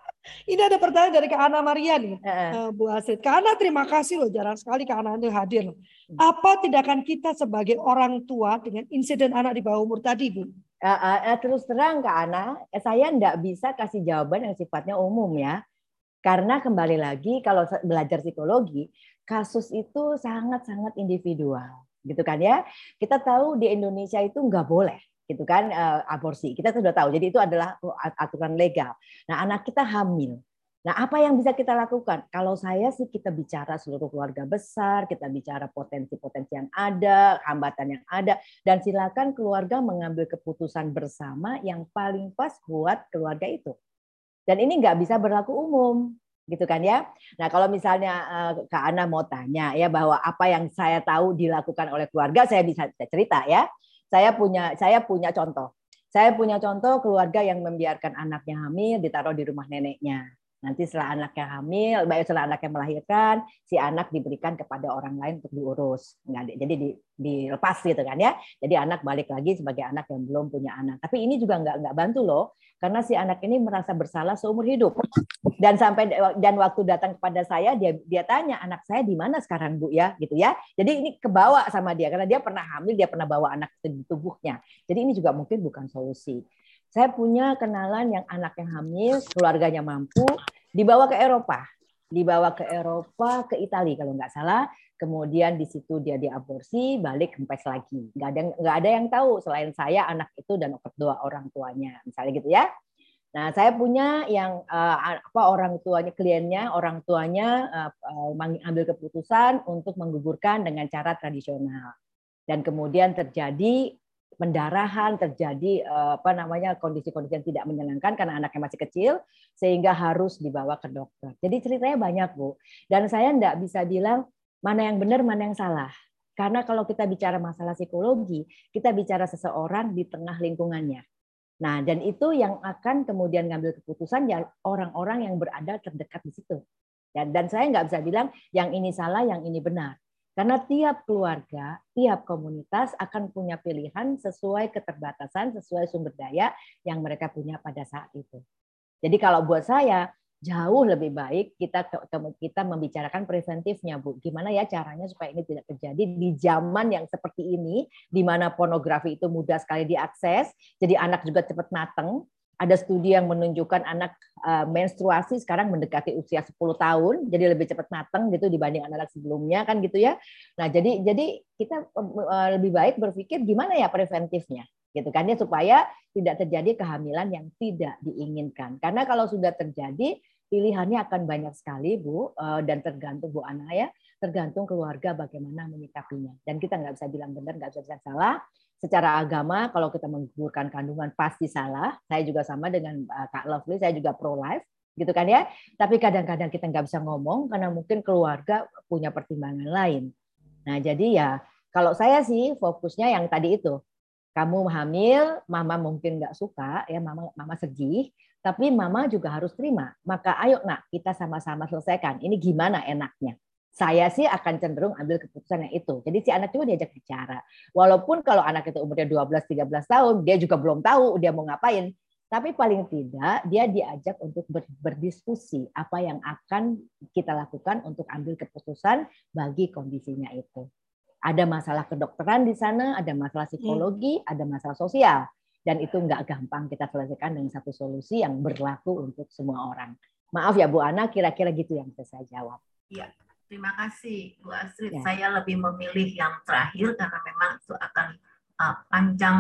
Ini ada pertanyaan dari Kak Ana Maria nih, Uh, uh, Bu Astrid. Kak Ana, terima kasih loh, jarang sekali Kak Ana ini hadir. Apa tindakan kita sebagai orang tua dengan insiden anak di bawah umur tadi, Bu? Uh, uh, uh, terus terang Kak Ana, saya enggak bisa kasih jawaban yang sifatnya umum ya. Karena kembali lagi kalau belajar psikologi, kasus itu sangat-sangat individual, gitu kan ya. Kita tahu di Indonesia itu nggak boleh, gitu kan, aborsi. Kita sudah tahu. Jadi itu adalah aturan legal. Nah, anak kita hamil. Nah, apa yang bisa kita lakukan? Kalau saya sih kita bicara seluruh keluarga besar, kita bicara potensi-potensi yang ada, hambatan yang ada, dan silakan keluarga mengambil keputusan bersama yang paling pas buat keluarga itu. Dan ini nggak bisa berlaku umum, gitu kan ya. Nah kalau misalnya uh, Kak Ana mau tanya ya bahwa apa yang saya tahu dilakukan oleh keluarga, saya bisa cerita ya. Saya punya saya punya contoh. Saya punya contoh keluarga yang membiarkan anaknya hamil ditaruh di rumah neneknya. Nanti setelah anaknya hamil, baik setelah anaknya melahirkan, si anak diberikan kepada orang lain untuk diurus. Nggak, jadi di, dilepas gitu kan ya. Jadi anak balik lagi sebagai anak yang belum punya anak. Tapi ini juga nggak nggak bantu loh. Karena si anak ini merasa bersalah seumur hidup. Dan sampai dan waktu datang kepada saya dia dia tanya, anak saya di mana sekarang Bu ya, gitu ya. Jadi ini kebawa sama dia karena dia pernah hamil, dia pernah bawa anak itu di tubuhnya. Jadi ini juga mungkin bukan solusi. Saya punya kenalan yang anaknya hamil, keluarganya mampu, dibawa ke Eropa. Dibawa ke Eropa, ke Italia kalau nggak salah. Kemudian di situ dia diaborsi, balik kempes lagi. Nggak ada nggak ada yang tahu selain saya, anak itu dan kedua orang tuanya, misalnya gitu ya. Nah, saya punya yang uh, apa orang tuanya, kliennya, orang tuanya uh, uh, mengambil keputusan untuk menggugurkan dengan cara tradisional. Dan kemudian terjadi pendarahan, terjadi uh, apa namanya kondisi-kondisi yang tidak menyenangkan karena anaknya masih kecil, sehingga harus dibawa ke dokter. Jadi ceritanya banyak, Bu. Dan saya enggak bisa bilang mana yang benar, mana yang salah. Karena kalau kita bicara masalah psikologi, kita bicara seseorang di tengah lingkungannya. Nah, dan itu yang akan kemudian ngambil keputusan ya orang-orang yang berada terdekat di situ. Dan, dan saya nggak bisa bilang yang ini salah, yang ini benar. Karena tiap keluarga, tiap komunitas akan punya pilihan sesuai keterbatasan, sesuai sumber daya yang mereka punya pada saat itu. Jadi kalau buat saya, jauh lebih baik kita kita membicarakan preventifnya, Bu. Gimana ya caranya supaya ini tidak terjadi di zaman yang seperti ini, di mana pornografi itu mudah sekali diakses, jadi anak juga cepat mateng. Ada studi yang menunjukkan anak menstruasi sekarang mendekati usia sepuluh tahun, jadi lebih cepat mateng gitu dibanding anak-anak sebelumnya kan gitu ya. Nah, jadi jadi kita lebih baik berpikir gimana ya preventifnya, gitu kan ya, supaya tidak terjadi kehamilan yang tidak diinginkan. Karena kalau sudah terjadi pilihannya akan banyak sekali, Bu, dan tergantung Bu Ana ya, tergantung keluarga bagaimana menyikapinya. Dan kita nggak bisa bilang benar, nggak bisa bilang salah. Secara agama, kalau kita menggugurkan kandungan pasti salah. Saya juga sama dengan Kak Lovely, saya juga pro-life, gitu kan ya. Tapi kadang-kadang kita nggak bisa ngomong karena mungkin keluarga punya pertimbangan lain. Nah, jadi ya kalau saya sih fokusnya yang tadi itu. Kamu hamil, mama mungkin nggak suka, ya mama mama sedih, tapi mama juga harus terima. Maka ayo nak, kita sama-sama selesaikan. Ini gimana enaknya? Saya sih akan cenderung ambil keputusan yang itu. Jadi si anak juga diajak bicara. Walaupun kalau anak itu umurnya dua belas tiga belas tahun, dia juga belum tahu dia mau ngapain. Tapi paling tidak dia diajak untuk berdiskusi apa yang akan kita lakukan untuk ambil keputusan bagi kondisinya itu. Ada masalah kedokteran di sana, ada masalah psikologi, hmm. ada masalah sosial. Dan itu nggak gampang kita selesaikan dengan satu solusi yang berlaku untuk semua orang. Maaf ya Bu Ana, kira-kira gitu yang bisa saya jawab. Iya, terima kasih Bu Astrid. Ya. Saya lebih memilih yang terakhir karena memang itu akan uh, panjang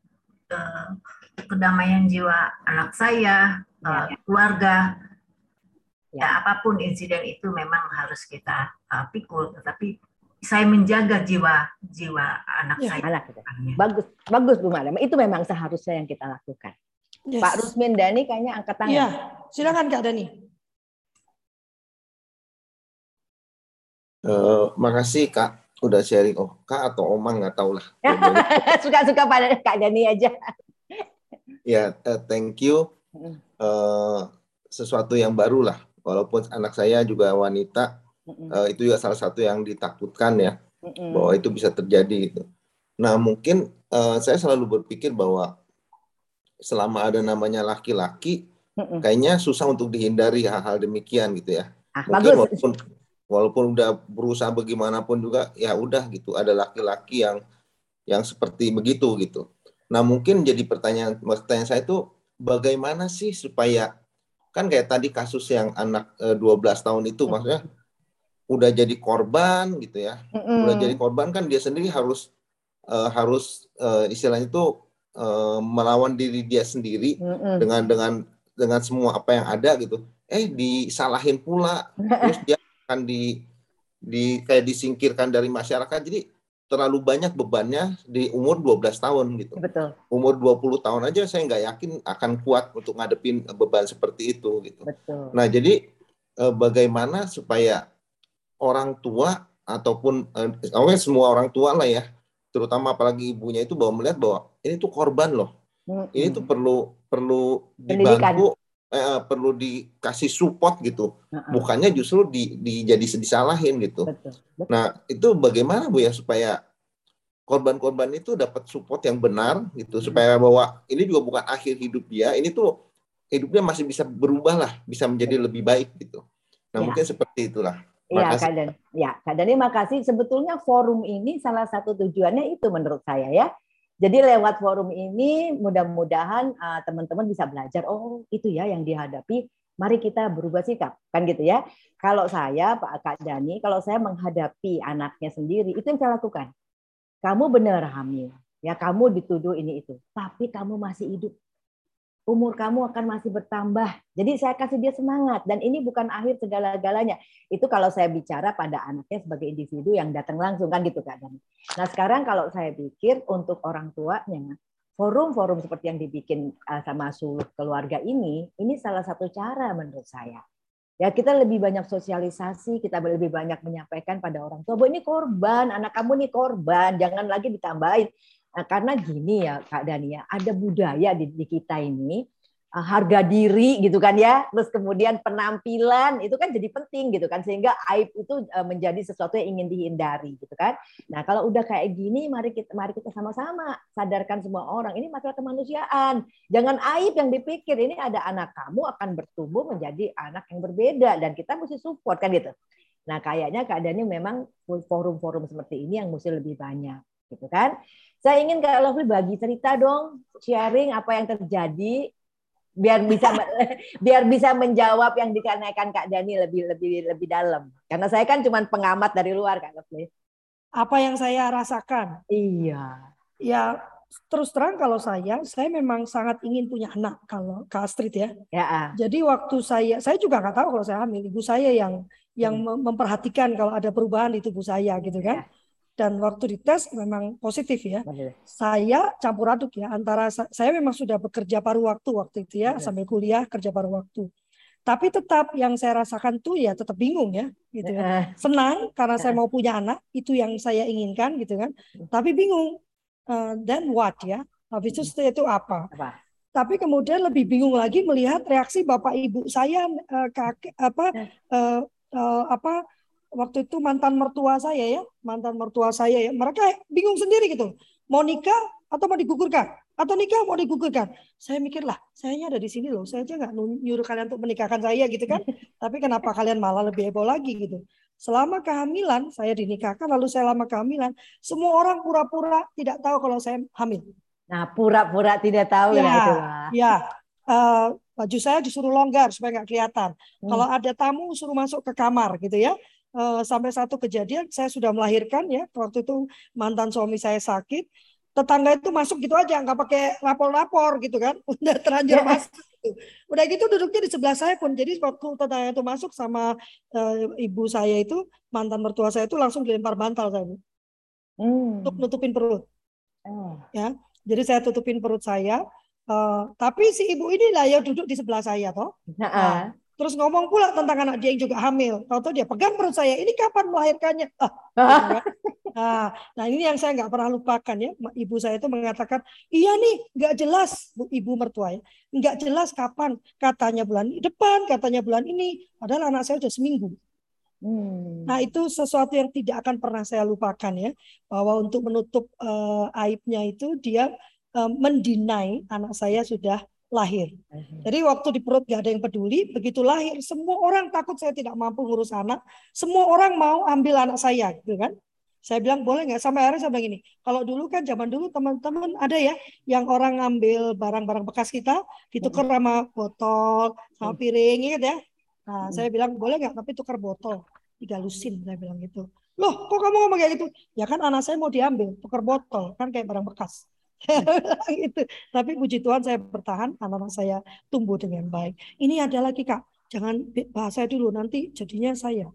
uh, kedamaian jiwa anak saya, uh, ya. keluarga. Ya. Ya, apapun insiden itu memang harus kita uh, pikul, tetapi saya menjaga jiwa jiwa anak ya, saya. Anak itu. Bagus, bagus Bu Madam. Itu memang seharusnya yang kita lakukan. Yes. Pak Rusmin Dani kayaknya angkat tangan. Iya, silakan Kak Dani. Uh, makasih Kak, udah sharing. Oh Kak atau Omang nggak tahu lah. Suka-suka pada Kak Dani aja. Ya, uh, thank you. Uh, sesuatu yang baru lah. Walaupun anak saya juga wanita. Uh, itu juga salah satu yang ditakutkan ya, mm-mm. bahwa itu bisa terjadi gitu. Nah mungkin uh, saya selalu berpikir bahwa selama ada namanya laki-laki, kayaknya susah untuk dihindari hal-hal demikian gitu ya. Ah, Mungkin bagus. walaupun walaupun udah berusaha bagaimanapun juga ya udah gitu, ada laki-laki yang yang seperti begitu gitu. Nah, mungkin jadi pertanyaan pertanyaan saya itu bagaimana sih supaya, kan kayak tadi kasus yang anak eh, dua belas tahun itu, maksudnya udah jadi korban gitu ya. Mm-mm. Udah jadi korban kan dia sendiri harus uh, harus uh, istilahnya itu uh, melawan diri dia sendiri Mm-mm. dengan dengan dengan semua apa yang ada gitu. Eh disalahin pula, terus dia akan di di kayak disingkirkan dari masyarakat. Jadi terlalu banyak bebannya di umur dua belas tahun gitu. Betul. Umur dua puluh tahun aja saya nggak yakin akan kuat untuk ngadepin beban seperti itu gitu. Betul. Nah, jadi uh, bagaimana supaya orang tua ataupun eh, semua orang tua lah ya, terutama apalagi ibunya itu bahwa melihat bahwa ini tuh korban loh, mm-hmm. ini tuh perlu perlu dibantu, eh, perlu dikasih support gitu, uh-uh. bukannya justru di, di jadi disalahin gitu. Betul. Betul. Nah itu bagaimana Bu ya supaya korban-korban itu dapat support yang benar gitu, mm-hmm. supaya bahwa ini juga bukan akhir hidup dia, ini tuh hidupnya masih bisa berubah lah, bisa menjadi lebih baik gitu. Nah ya. Mungkin seperti itulah. Iya, Kak Dan. Ya, Kak Dani, makasih. Sebetulnya forum ini salah satu tujuannya itu menurut saya ya. Jadi lewat forum ini mudah-mudahan uh, teman-teman bisa belajar. Oh, itu ya yang dihadapi. Mari kita berubah sikap, kan gitu ya. Kalau saya, Pak Kak Dani, kalau saya menghadapi anaknya sendiri, itu yang saya lakukan. Kamu benar hamil, ya kamu dituduh ini itu, tapi kamu masih hidup. Umur kamu akan masih bertambah. Jadi saya kasih dia semangat. Dan ini bukan akhir segala-galanya. Itu kalau saya bicara pada anaknya sebagai individu yang datang langsung, kan gitu Kak Dani. Nah sekarang kalau saya pikir untuk orang tuanya, forum-forum seperti yang dibikin sama Suluk Keluarga ini, ini salah satu cara menurut saya. Ya kita lebih banyak sosialisasi, kita lebih banyak menyampaikan pada orang tua, bahwa ini korban, anak kamu nih korban, jangan lagi ditambahin. Nah, karena gini ya Kak Dani ya, ada budaya di, di kita ini uh, harga diri gitu kan ya, terus kemudian penampilan itu kan jadi penting gitu kan, sehingga aib itu uh, menjadi sesuatu yang ingin dihindari gitu kan. Nah kalau udah kayak gini, mari kita mari kita sama-sama sadarkan semua orang, ini masalah kemanusiaan, jangan aib yang dipikir, ini ada anak kamu akan bertumbuh menjadi anak yang berbeda dan kita mesti support kan gitu. Nah kayaknya Kak Dani memang forum-forum seperti ini yang mesti lebih banyak gitu kan. Saya ingin Kak Lovely bagi cerita dong, sharing apa yang terjadi biar bisa biar bisa menjawab yang ditanyakan Kak Dani lebih lebih lebih dalam. Karena saya kan cuma pengamat dari luar Kak Lovely. Apa yang saya rasakan? Iya. Ya terus terang kalau saya, saya memang sangat ingin punya anak kalau Kak Astrid ya. Ya. Jadi waktu saya, saya juga nggak tahu kalau saya hamil. Ibu saya yang yang hmm. memperhatikan kalau ada perubahan di tubuh saya gitu kan. Ya. Dan waktu dites memang positif ya. Betul. Saya campur aduk ya antara saya memang sudah bekerja paruh waktu waktu itu ya. Betul. Sambil kuliah kerja paruh waktu. Tapi tetap yang saya rasakan tuh ya tetap bingung ya gitu ya. Senang karena saya mau punya anak, itu yang saya inginkan gitu kan. Tapi bingung. Uh, then what ya? Habis itu itu apa? apa? Tapi kemudian lebih bingung lagi melihat reaksi bapak ibu saya uh, kakek apa uh, uh, apa waktu itu mantan mertua saya ya, mantan mertua saya ya, mereka bingung sendiri gitu, mau nikah atau mau digugurkan, atau nikah mau digugurkan. Saya mikir lah, sayanya ada di sini loh, saya aja nggak nyuruh kalian untuk menikahkan saya gitu kan, tapi kenapa kalian malah lebih heboh lagi gitu. Selama kehamilan saya dinikahkan, lalu saya lama kehamilan, semua orang pura-pura tidak tahu kalau saya hamil. Nah pura-pura tidak tahu ya, ya itu. Ya, uh, baju saya disuruh longgar supaya nggak kelihatan. Hmm. Kalau ada tamu suruh masuk ke kamar gitu ya. Uh, sampai satu kejadian saya sudah melahirkan ya, waktu itu mantan suami saya sakit, tetangga itu masuk gitu aja nggak pakai lapor-lapor gitu kan, udah terlanjur masuk gitu. Udah gitu duduknya di sebelah saya pun, jadi waktu tetangga itu masuk sama uh, ibu saya itu, mantan mertua saya itu langsung dilempar bantal saya Bu. Hmm. Untuk nutupin perut. Oh. Ya, jadi saya tutupin perut saya, uh, tapi si ibu ini lah ya duduk di sebelah saya toh. Nah, uh. Terus ngomong pula tentang anak dia yang juga hamil. Tahu-tahu dia pegang perut saya. Ini kapan melahirkannya? Ah, gitu kan? Nah, nah ini yang saya nggak pernah lupakan ya. Ibu saya itu mengatakan, iya nih nggak jelas ibu mertua ya, nggak jelas kapan. Katanya bulan depan, katanya bulan ini. Padahal anak saya sudah seminggu. Hmm. Nah itu sesuatu yang tidak akan pernah saya lupakan ya. Bahwa untuk menutup uh, aibnya itu dia uh, mendinai anak saya sudah lahir. Jadi waktu di perut gak ada yang peduli, begitu lahir semua orang takut saya tidak mampu ngurus anak, semua orang mau ambil anak saya, gitu kan? Saya bilang boleh nggak? Sampai akhirnya saya bilang gini, kalau dulu kan zaman dulu teman-teman ada ya yang orang ngambil barang-barang bekas kita ditukar sama botol, sama piring, ingat ya? Nah, saya bilang boleh nggak? Tapi tukar botol, digalusin, saya bilang gitu. Loh, kok kamu ngomong kayak gitu? Ya kan anak saya mau diambil, tukar botol, kan kayak barang bekas. Gitu. Tapi puji Tuhan saya bertahan, anak-anak saya tumbuh dengan baik. Ini ada lagi Kak, jangan bahasa dulu nanti jadinya saya.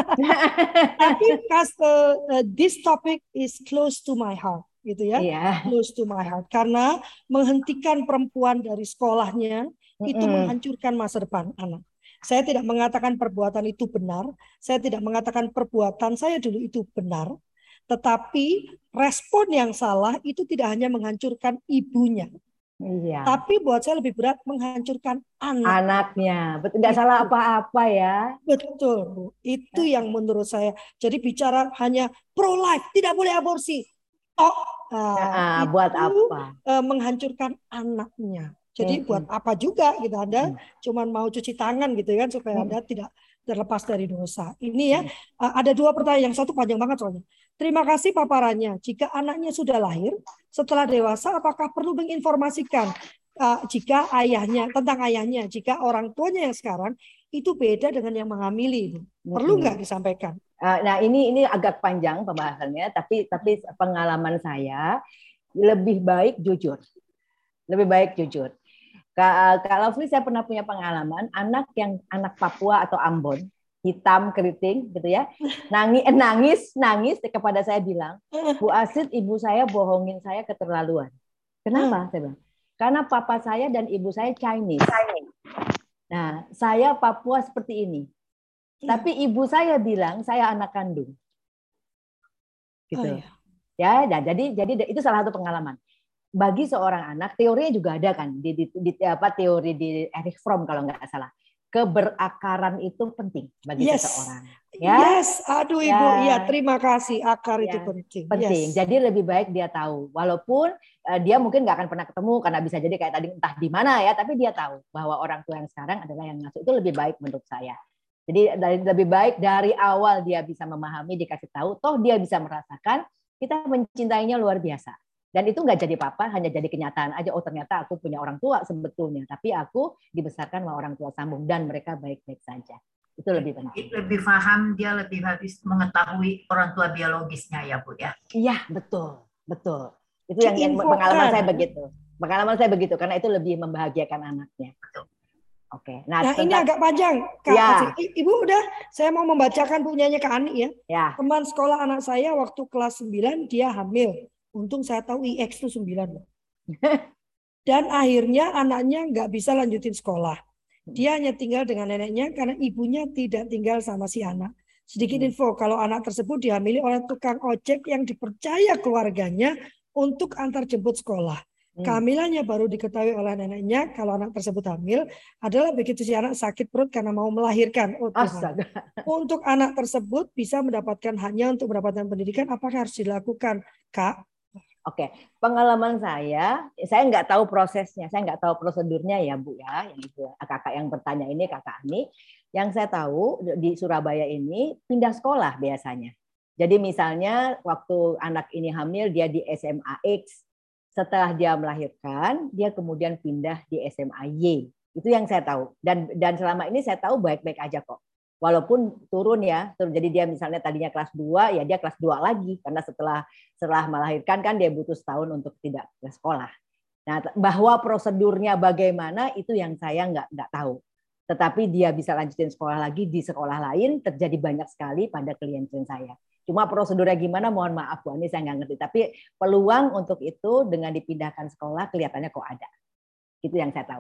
Tapi kas, uh, this topic is close to my heart, gitu ya, yeah. close to my heart. Karena menghentikan perempuan dari sekolahnya mm-mm. itu menghancurkan masa depan anak. Saya tidak mengatakan perbuatan itu benar, saya tidak mengatakan perbuatan saya dulu itu benar, tetapi respon yang salah itu tidak hanya menghancurkan ibunya. Iya. Tapi buat saya lebih berat menghancurkan anak. Anaknya, betul, nggak salah apa-apa ya. Betul, Bu. Itu yang menurut saya. Jadi bicara hanya pro life, tidak boleh aborsi. Oh, nah, nah, itu buat apa? Uh, menghancurkan anaknya. Jadi mm-hmm. buat apa juga gitu Anda mm-hmm. cuman mau cuci tangan gitu kan supaya mm-hmm. Anda tidak terlepas dari dosa. Ini ya mm-hmm. uh, ada dua pertanyaan, yang satu panjang banget soalnya. Terima kasih paparannya. Jika anaknya sudah lahir, setelah dewasa apakah perlu menginformasikan uh, jika ayahnya tentang ayahnya, jika orang tuanya yang sekarang itu beda dengan yang menghamili itu. Perlu nggak mm-hmm. disampaikan? Uh, nah, ini ini agak panjang pembahasannya, tapi tapi pengalaman saya lebih baik jujur. Lebih baik jujur. Kak Lovely, saya pernah punya pengalaman anak yang anak Papua atau Ambon, hitam keriting gitu ya, nangis nangis nangis kepada saya bilang, Bu Astrid, ibu saya bohongin saya keterlaluan. Kenapa? Hmm. Saya bilang, karena papa saya dan ibu saya Chinese. Nah, saya Papua seperti ini, hmm. tapi ibu saya bilang saya anak kandung. Gitu. Oh, iya. Ya, jadi jadi itu salah satu pengalaman. Bagi seorang anak, teorinya juga ada kan di, di, di apa teori di Erich Fromm kalau nggak salah, keberakaran itu penting bagi yes. seseorang. Ya? Yes, aduh ya. Ibu, iya terima kasih, akar ya. Itu penting. Penting. Yes. Jadi lebih baik dia tahu, walaupun uh, dia mungkin nggak akan pernah ketemu karena bisa jadi kayak tadi entah di mana ya, tapi dia tahu bahwa orang tua yang sekarang adalah yang ngasuh. Itu lebih baik menurut saya. Jadi dari, lebih baik dari awal dia bisa memahami, dikasih tahu, toh dia bisa merasakan kita mencintainya luar biasa. Dan itu nggak jadi apa-apa, hanya jadi kenyataan aja. Oh ternyata aku punya orang tua sebetulnya, tapi aku dibesarkan sama orang tua sambung dan mereka baik-baik saja. Itu lebih penting. Lebih paham, dia lebih habis mengetahui orang tua biologisnya ya Bu ya. Iya betul, betul. Itu yang, yang pengalaman saya begitu. Pengalaman saya begitu karena itu lebih membahagiakan anaknya. Betul. Oke. Nah, nah tentang, ini agak panjang, Kak. Ya. Ibu udah, saya mau membacakan punyanya Kak Ani ya. Ya. Teman sekolah anak saya waktu kelas sembilan dia hamil. Untung saya tahu I X itu sembilan. Dan akhirnya anaknya nggak bisa lanjutin sekolah. Dia hanya tinggal dengan neneknya karena ibunya tidak tinggal sama si anak. Sedikit info, kalau anak tersebut dihamili oleh tukang ojek yang dipercaya keluarganya untuk antar jemput sekolah. Kehamilannya baru diketahui oleh neneknya kalau anak tersebut hamil adalah begitu si anak sakit perut karena mau melahirkan. Oh, untuk anak tersebut bisa mendapatkan hanya untuk mendapatkan pendidikan, apakah harus dilakukan, Kak? Oke, pengalaman saya, saya nggak tahu prosesnya, saya nggak tahu prosedurnya ya Bu ya, yang itu kakak yang bertanya ini kakak Ani, yang saya tahu di Surabaya ini pindah sekolah biasanya. Jadi misalnya waktu anak ini hamil dia di S M A X, setelah dia melahirkan dia kemudian pindah di S M A Y, itu yang saya tahu. Dan dan selama ini saya tahu baik-baik aja kok. Walaupun turun ya, jadi dia misalnya tadinya kelas dua, ya dia kelas dua lagi karena setelah setelah melahirkan kan dia butuh setahun untuk tidak ke sekolah. Nah, bahwa prosedurnya bagaimana itu yang saya nggak nggak tahu. Tetapi dia bisa lanjutin sekolah lagi di sekolah lain, terjadi banyak sekali pada klien-klien saya. Cuma prosedurnya gimana, mohon maaf Bu Ani, saya nggak ngerti. Tapi peluang untuk itu dengan dipindahkan sekolah kelihatannya kok ada. Itu yang saya tahu.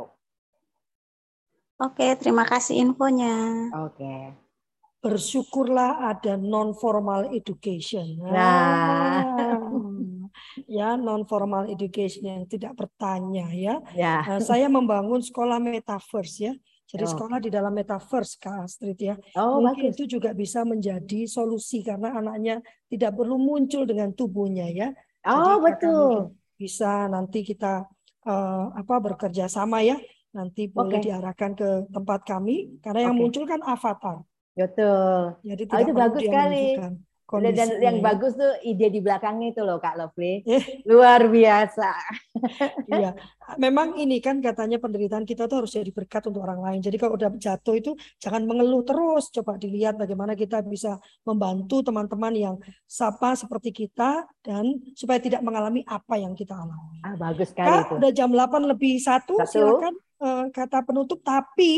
Oke, terima kasih infonya. Oke. Bersyukurlah ada non formal education. Nah, ya non formal education yang tidak bertanya ya. Ya. Nah, saya membangun sekolah metaverse ya. Jadi oh. sekolah di dalam metaverse Kak Astrid ya. Oh, mungkin bagus. itu juga bisa menjadi solusi karena anaknya tidak perlu muncul dengan tubuhnya ya. Oh, Jadi betul. bisa nanti kita uh, apa bekerja sama ya. Nanti boleh Oke. diarahkan ke tempat kami karena yang Oke. muncul kan avatar. Betul. Jadi Oh, tidak itu perlu bagus dia sekali. menunjukkan Dan kondisinya. yang ya. bagus tuh ide di belakangnya itu loh Kak Lovely. Eh, Luar biasa. Iya, memang ini kan katanya penderitaan kita tuh harus jadi berkat untuk orang lain. Jadi kalau udah jatuh itu jangan mengeluh terus. Coba dilihat bagaimana kita bisa membantu teman-teman yang sama seperti kita dan supaya tidak mengalami apa yang kita alami. Ah, bagus sekali Kak, itu. udah jam delapan lebih satu, Satu. silakan uh, kata penutup. Tapi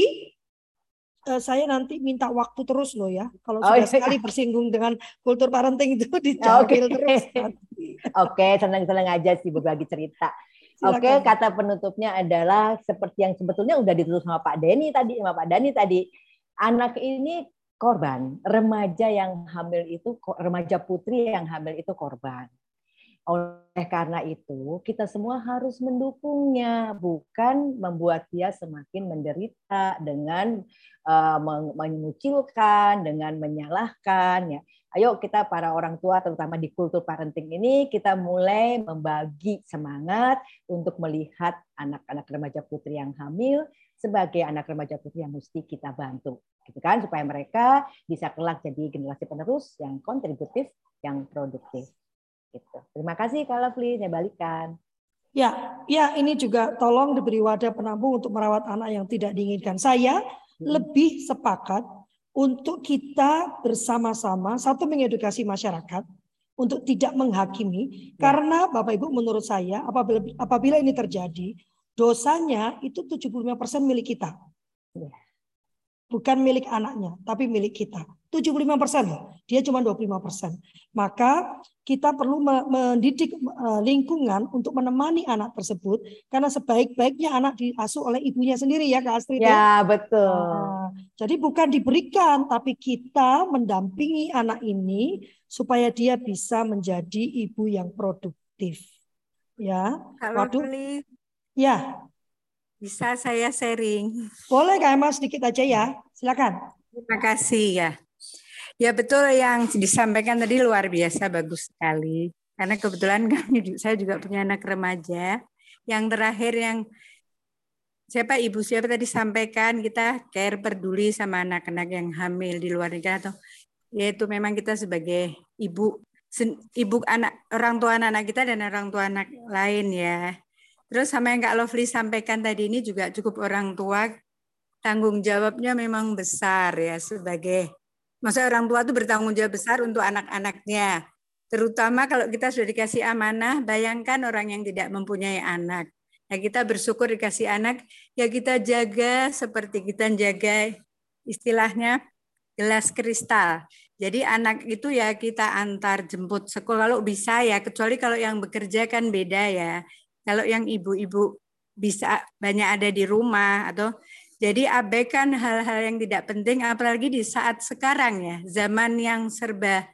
uh, saya nanti minta waktu terus loh ya. Kalau Oh, sudah iya. sekali bersinggung dengan kultur parenting itu Oke. diambil terus. nanti. Oke, senang-senang aja sih berbagi cerita. Silakan. Oke, kata penutupnya adalah seperti yang sebetulnya udah ditulis sama Pak Denny tadi, sama Pak Dhani tadi. Anak ini korban, remaja yang hamil itu, remaja putri yang hamil itu korban. Oleh karena itu, kita semua harus mendukungnya, bukan membuat dia semakin menderita dengan uh, mengucilkan, dengan menyalahkan. Ya. Ayo kita para orang tua, terutama di kultur parenting ini, kita mulai membagi semangat untuk melihat anak-anak remaja putri yang hamil sebagai anak remaja putri yang mesti kita bantu, gitu kan, supaya mereka bisa kelak jadi generasi penerus yang kontributif, yang produktif. Gitu. Terima kasih Kak Lovely, saya balikan. Ya, ya ini juga tolong diberi wadah penampung untuk merawat anak yang tidak diinginkan. Saya hmm. lebih sepakat untuk kita bersama-sama satu mengedukasi masyarakat untuk tidak menghakimi, ya. Karena Bapak Ibu menurut saya apabila apabila ini terjadi, dosanya itu tujuh puluh lima persen milik kita. Ya. Bukan milik anaknya, tapi milik kita. tujuh puluh lima persen, dia cuma dua puluh lima persen. Maka kita perlu mendidik lingkungan untuk menemani anak tersebut, karena sebaik-baiknya anak diasuh oleh ibunya sendiri ya Kak Astrid. Ya, betul. Nah, jadi bukan diberikan, tapi kita mendampingi anak ini supaya dia bisa menjadi ibu yang produktif. Ya. Kalau Waduh. beli, ya. Bisa saya sharing? Boleh Kak Emma sedikit aja ya, silakan. Terima kasih ya. Ya betul yang disampaikan tadi luar biasa, bagus sekali. Karena kebetulan kami, saya juga punya anak remaja. Yang terakhir yang siapa ibu siapa tadi sampaikan kita care peduli sama anak-anak yang hamil di luar nikah atau yaitu memang kita sebagai ibu ibu anak orang tua anak-anak kita dan orang tua anak lain ya. Terus sama yang Kak Lovely sampaikan tadi ini juga cukup orang tua tanggung jawabnya memang besar ya sebagai maksudnya orang tua itu bertanggung jawab besar untuk anak-anaknya. Terutama kalau kita sudah dikasih amanah, bayangkan orang yang tidak mempunyai anak. Ya kita bersyukur dikasih anak, ya kita jaga seperti kita jaga istilahnya gelas kristal. Jadi anak itu ya kita antar jemput sekolah kalau bisa ya, kecuali kalau yang bekerja kan beda ya. Kalau yang ibu-ibu bisa banyak ada di rumah atau jadi abaikan hal-hal yang tidak penting apalagi di saat sekarang ya, zaman yang serba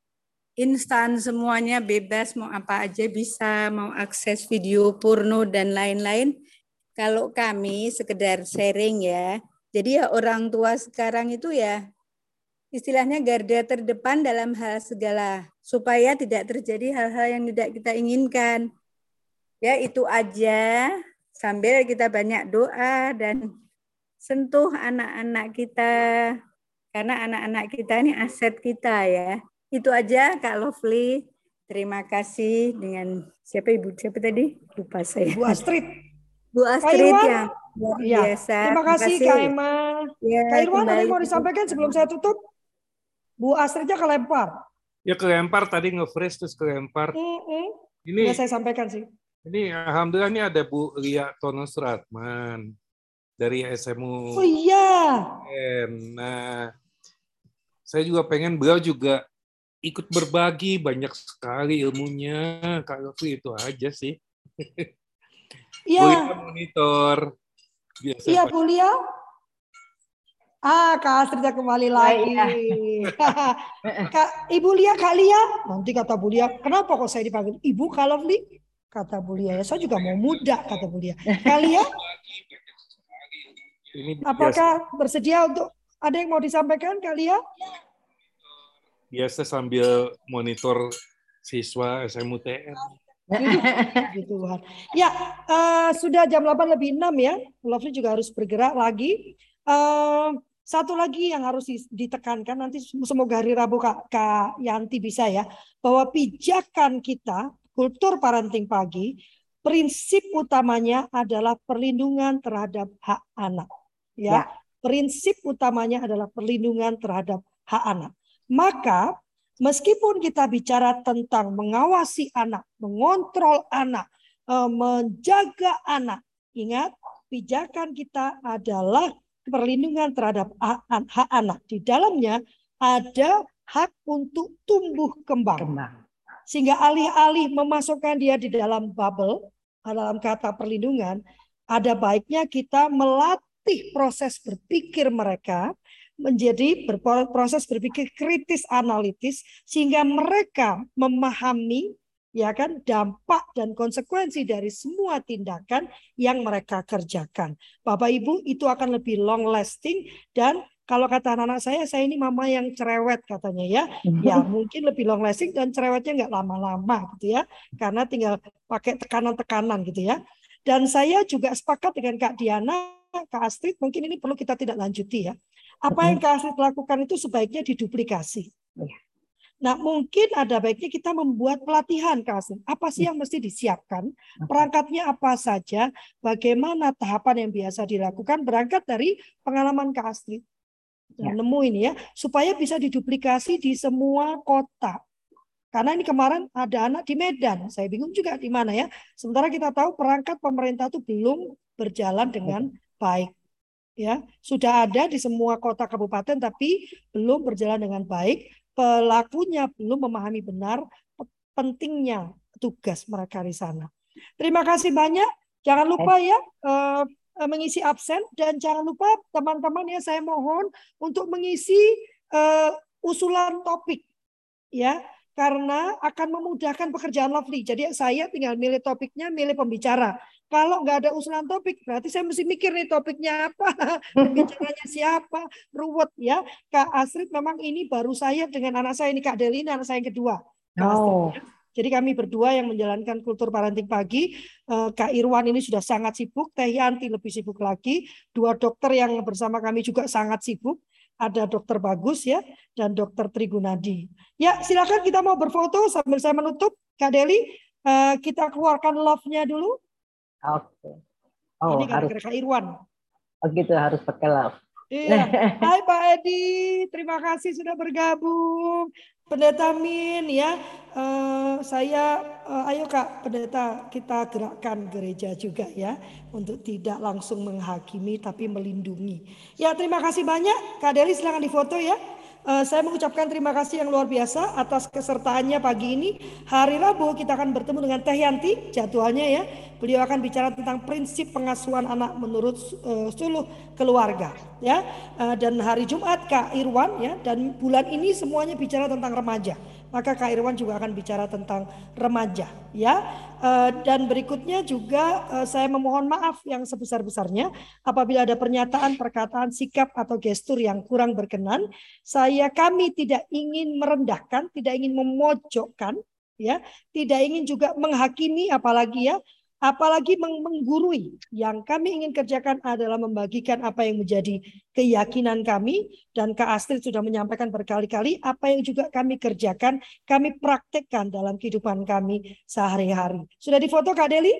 instan semuanya bebas mau apa aja bisa, mau akses video porno dan lain-lain. Kalau kami sekedar sharing ya. Jadi ya orang tua sekarang itu ya istilahnya garda terdepan dalam hal segala supaya tidak terjadi hal-hal yang tidak kita inginkan. Ya itu aja sambil kita banyak doa dan sentuh anak-anak kita karena anak-anak kita ini aset kita ya. Itu aja Kak Lovely. Terima kasih dengan siapa Ibu siapa tadi? Lupa saya. Bu Astrid. Bu Astrid yang luar ya. biasa. Terima kasih Kak Emma. Ya, Kak Irwan ada yang mau disampaikan sebelum saya tutup? Bu Astridnya kelempar. Ya kelempar tadi nge-freeze terus kelempar. Mm -mm. Ini ya saya sampaikan sih. Ini alhamdulillah ini ada Bu Lia Tonos Ratman dari S M U. Oh iya. Nah, saya juga pengen beliau juga ikut berbagi banyak sekali ilmunya. Kak Lovely itu aja sih. Iya. Bu Lia monitor. Biasa iya Bu Lia. Ah, Kak Astrid kembali lagi. Ya, iya. Kak, Ibu Lia, Kak Lia. Nanti kata Bu Lia, kenapa kok saya dipanggil Ibu Kak Lovely? Kata Bu Lia, ya saya juga mau muda, kata Bu Lia. Kak Lia, apakah bersedia untuk ada yang mau disampaikan, Kak Lia? Biasa sambil monitor siswa S M U T N. Puji Tuhan. Ya, uh, sudah jam delapan lebih enam ya. Lovely juga harus bergerak lagi. Uh, satu lagi yang harus ditekankan nanti semoga hari Rabu Kak, Kak Yanti bisa ya, bahwa pijakan kita kultur parenting pagi prinsip utamanya adalah perlindungan terhadap hak anak. Ya, ya. Prinsip utamanya adalah perlindungan terhadap hak anak. Maka meskipun kita bicara tentang mengawasi anak, mengontrol anak, menjaga anak, ingat pijakan kita adalah perlindungan terhadap hak anak. Di dalamnya ada hak untuk tumbuh kembang. kembang. Sehingga alih-alih memasukkan dia di dalam bubble, dalam kata perlindungan, ada baiknya kita melatih proses berpikir mereka menjadi proses berpikir kritis analitis sehingga mereka memahami ya kan dampak dan konsekuensi dari semua tindakan yang mereka kerjakan. Bapak Ibu, itu akan lebih long lasting dan kalau kata anak-anak saya, saya ini mama yang cerewet katanya ya. Ya mungkin lebih long lasting dan cerewetnya nggak lama-lama gitu ya. Karena tinggal pakai tekanan-tekanan gitu ya. Dan saya juga sepakat dengan Kak Diana, Kak Astrid, mungkin ini perlu kita tidak lanjuti ya. Apa yang Kak Astrid lakukan itu sebaiknya diduplikasi. Nah, mungkin ada baiknya kita membuat pelatihan, Kak Astrid. Apa sih yang mesti disiapkan? Perangkatnya apa saja? Bagaimana tahapan yang biasa dilakukan? Berangkat dari pengalaman Kak Astrid. Nah, ya. Nemu ini ya, supaya bisa diduplikasi di semua kota. Karena ini kemarin ada anak di Medan. Saya bingung juga di mana ya. Sementara kita tahu perangkat pemerintah itu belum berjalan dengan baik. Ya, sudah ada di semua kota kabupaten tapi belum berjalan dengan baik. Pelakunya belum memahami benar pentingnya tugas mereka di sana. Terima kasih banyak. Jangan lupa ya uh, mengisi absen dan jangan lupa teman-teman ya saya mohon untuk mengisi uh, usulan topik ya karena akan memudahkan pekerjaan Lovely. Jadi saya tinggal milih topiknya, milih pembicara. Kalau nggak ada usulan topik, berarti saya mesti mikir nih topiknya apa, pembicaranya siapa, ruwet ya. Kak Astrid memang ini baru saya dengan anak saya ini Kak Deli, anak saya yang kedua. Kak oh. Astrid, ya. Jadi kami berdua yang menjalankan kultur parenting pagi. Kak Irwan ini sudah sangat sibuk, Teh Yanti lebih sibuk lagi. Dua dokter yang bersama kami juga sangat sibuk. Ada dokter Bagus ya dan dokter Trigunadi. Ya silakan kita mau berfoto sambil saya menutup. Kak Deli, kita keluarkan love-nya dulu. Oke. Oh, ini harus Kak Irwan. Oh gitu, harus pakai love. Iya. Hai Pak Edi, terima kasih sudah bergabung. Pendeta Min ya. Uh, saya uh, ayo Kak Pendeta, kita gerakkan gereja juga ya untuk tidak langsung menghakimi tapi melindungi. Ya, terima kasih banyak. Kak Deli silakan difoto ya. Uh, saya mengucapkan terima kasih yang luar biasa atas kesertaannya pagi ini. Hari Rabu kita akan bertemu dengan Teh Yanti jadwalnya ya. Beliau akan bicara tentang prinsip pengasuhan anak menurut uh, suluh keluarga ya. Uh, dan hari Jumat Kak Irwan ya, dan bulan ini semuanya bicara tentang remaja. Maka Kak Irwan juga akan bicara tentang remaja ya. Uh, dan berikutnya juga uh, saya memohon maaf yang sebesar-besarnya apabila ada pernyataan, perkataan, sikap atau gestur yang kurang berkenan. Saya kami tidak ingin merendahkan, tidak ingin memojokkan ya, tidak ingin juga menghakimi apalagi ya, apalagi menggurui. Yang kami ingin kerjakan adalah membagikan apa yang menjadi keyakinan kami, dan Kak Astrid sudah menyampaikan berkali-kali apa yang juga kami kerjakan, kami praktekkan dalam kehidupan kami sehari-hari. Sudah difoto Kak Deli?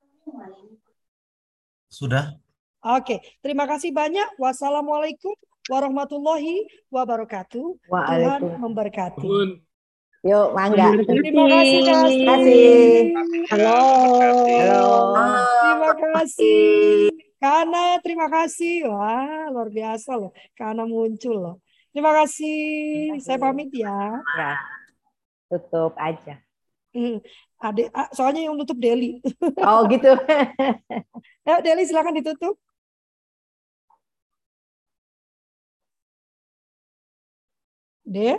Sudah. Oke, terima kasih banyak. Wassalamualaikum warahmatullahi wabarakatuh. Tuhan memberkati. Yuk, mangga. Terima kasih Kak Astrid. Terima kasih. Halo. Halo. Terima kasih. Kana, terima kasih. Wah, luar biasa loh. Kana muncul loh. Terima kasih. Terima kasih. Saya pamit ya. Ya. Tutup aja. Hmm. Adek, soalnya yang nutup Deli. Oh gitu. Ya, Deli silakan ditutup. De.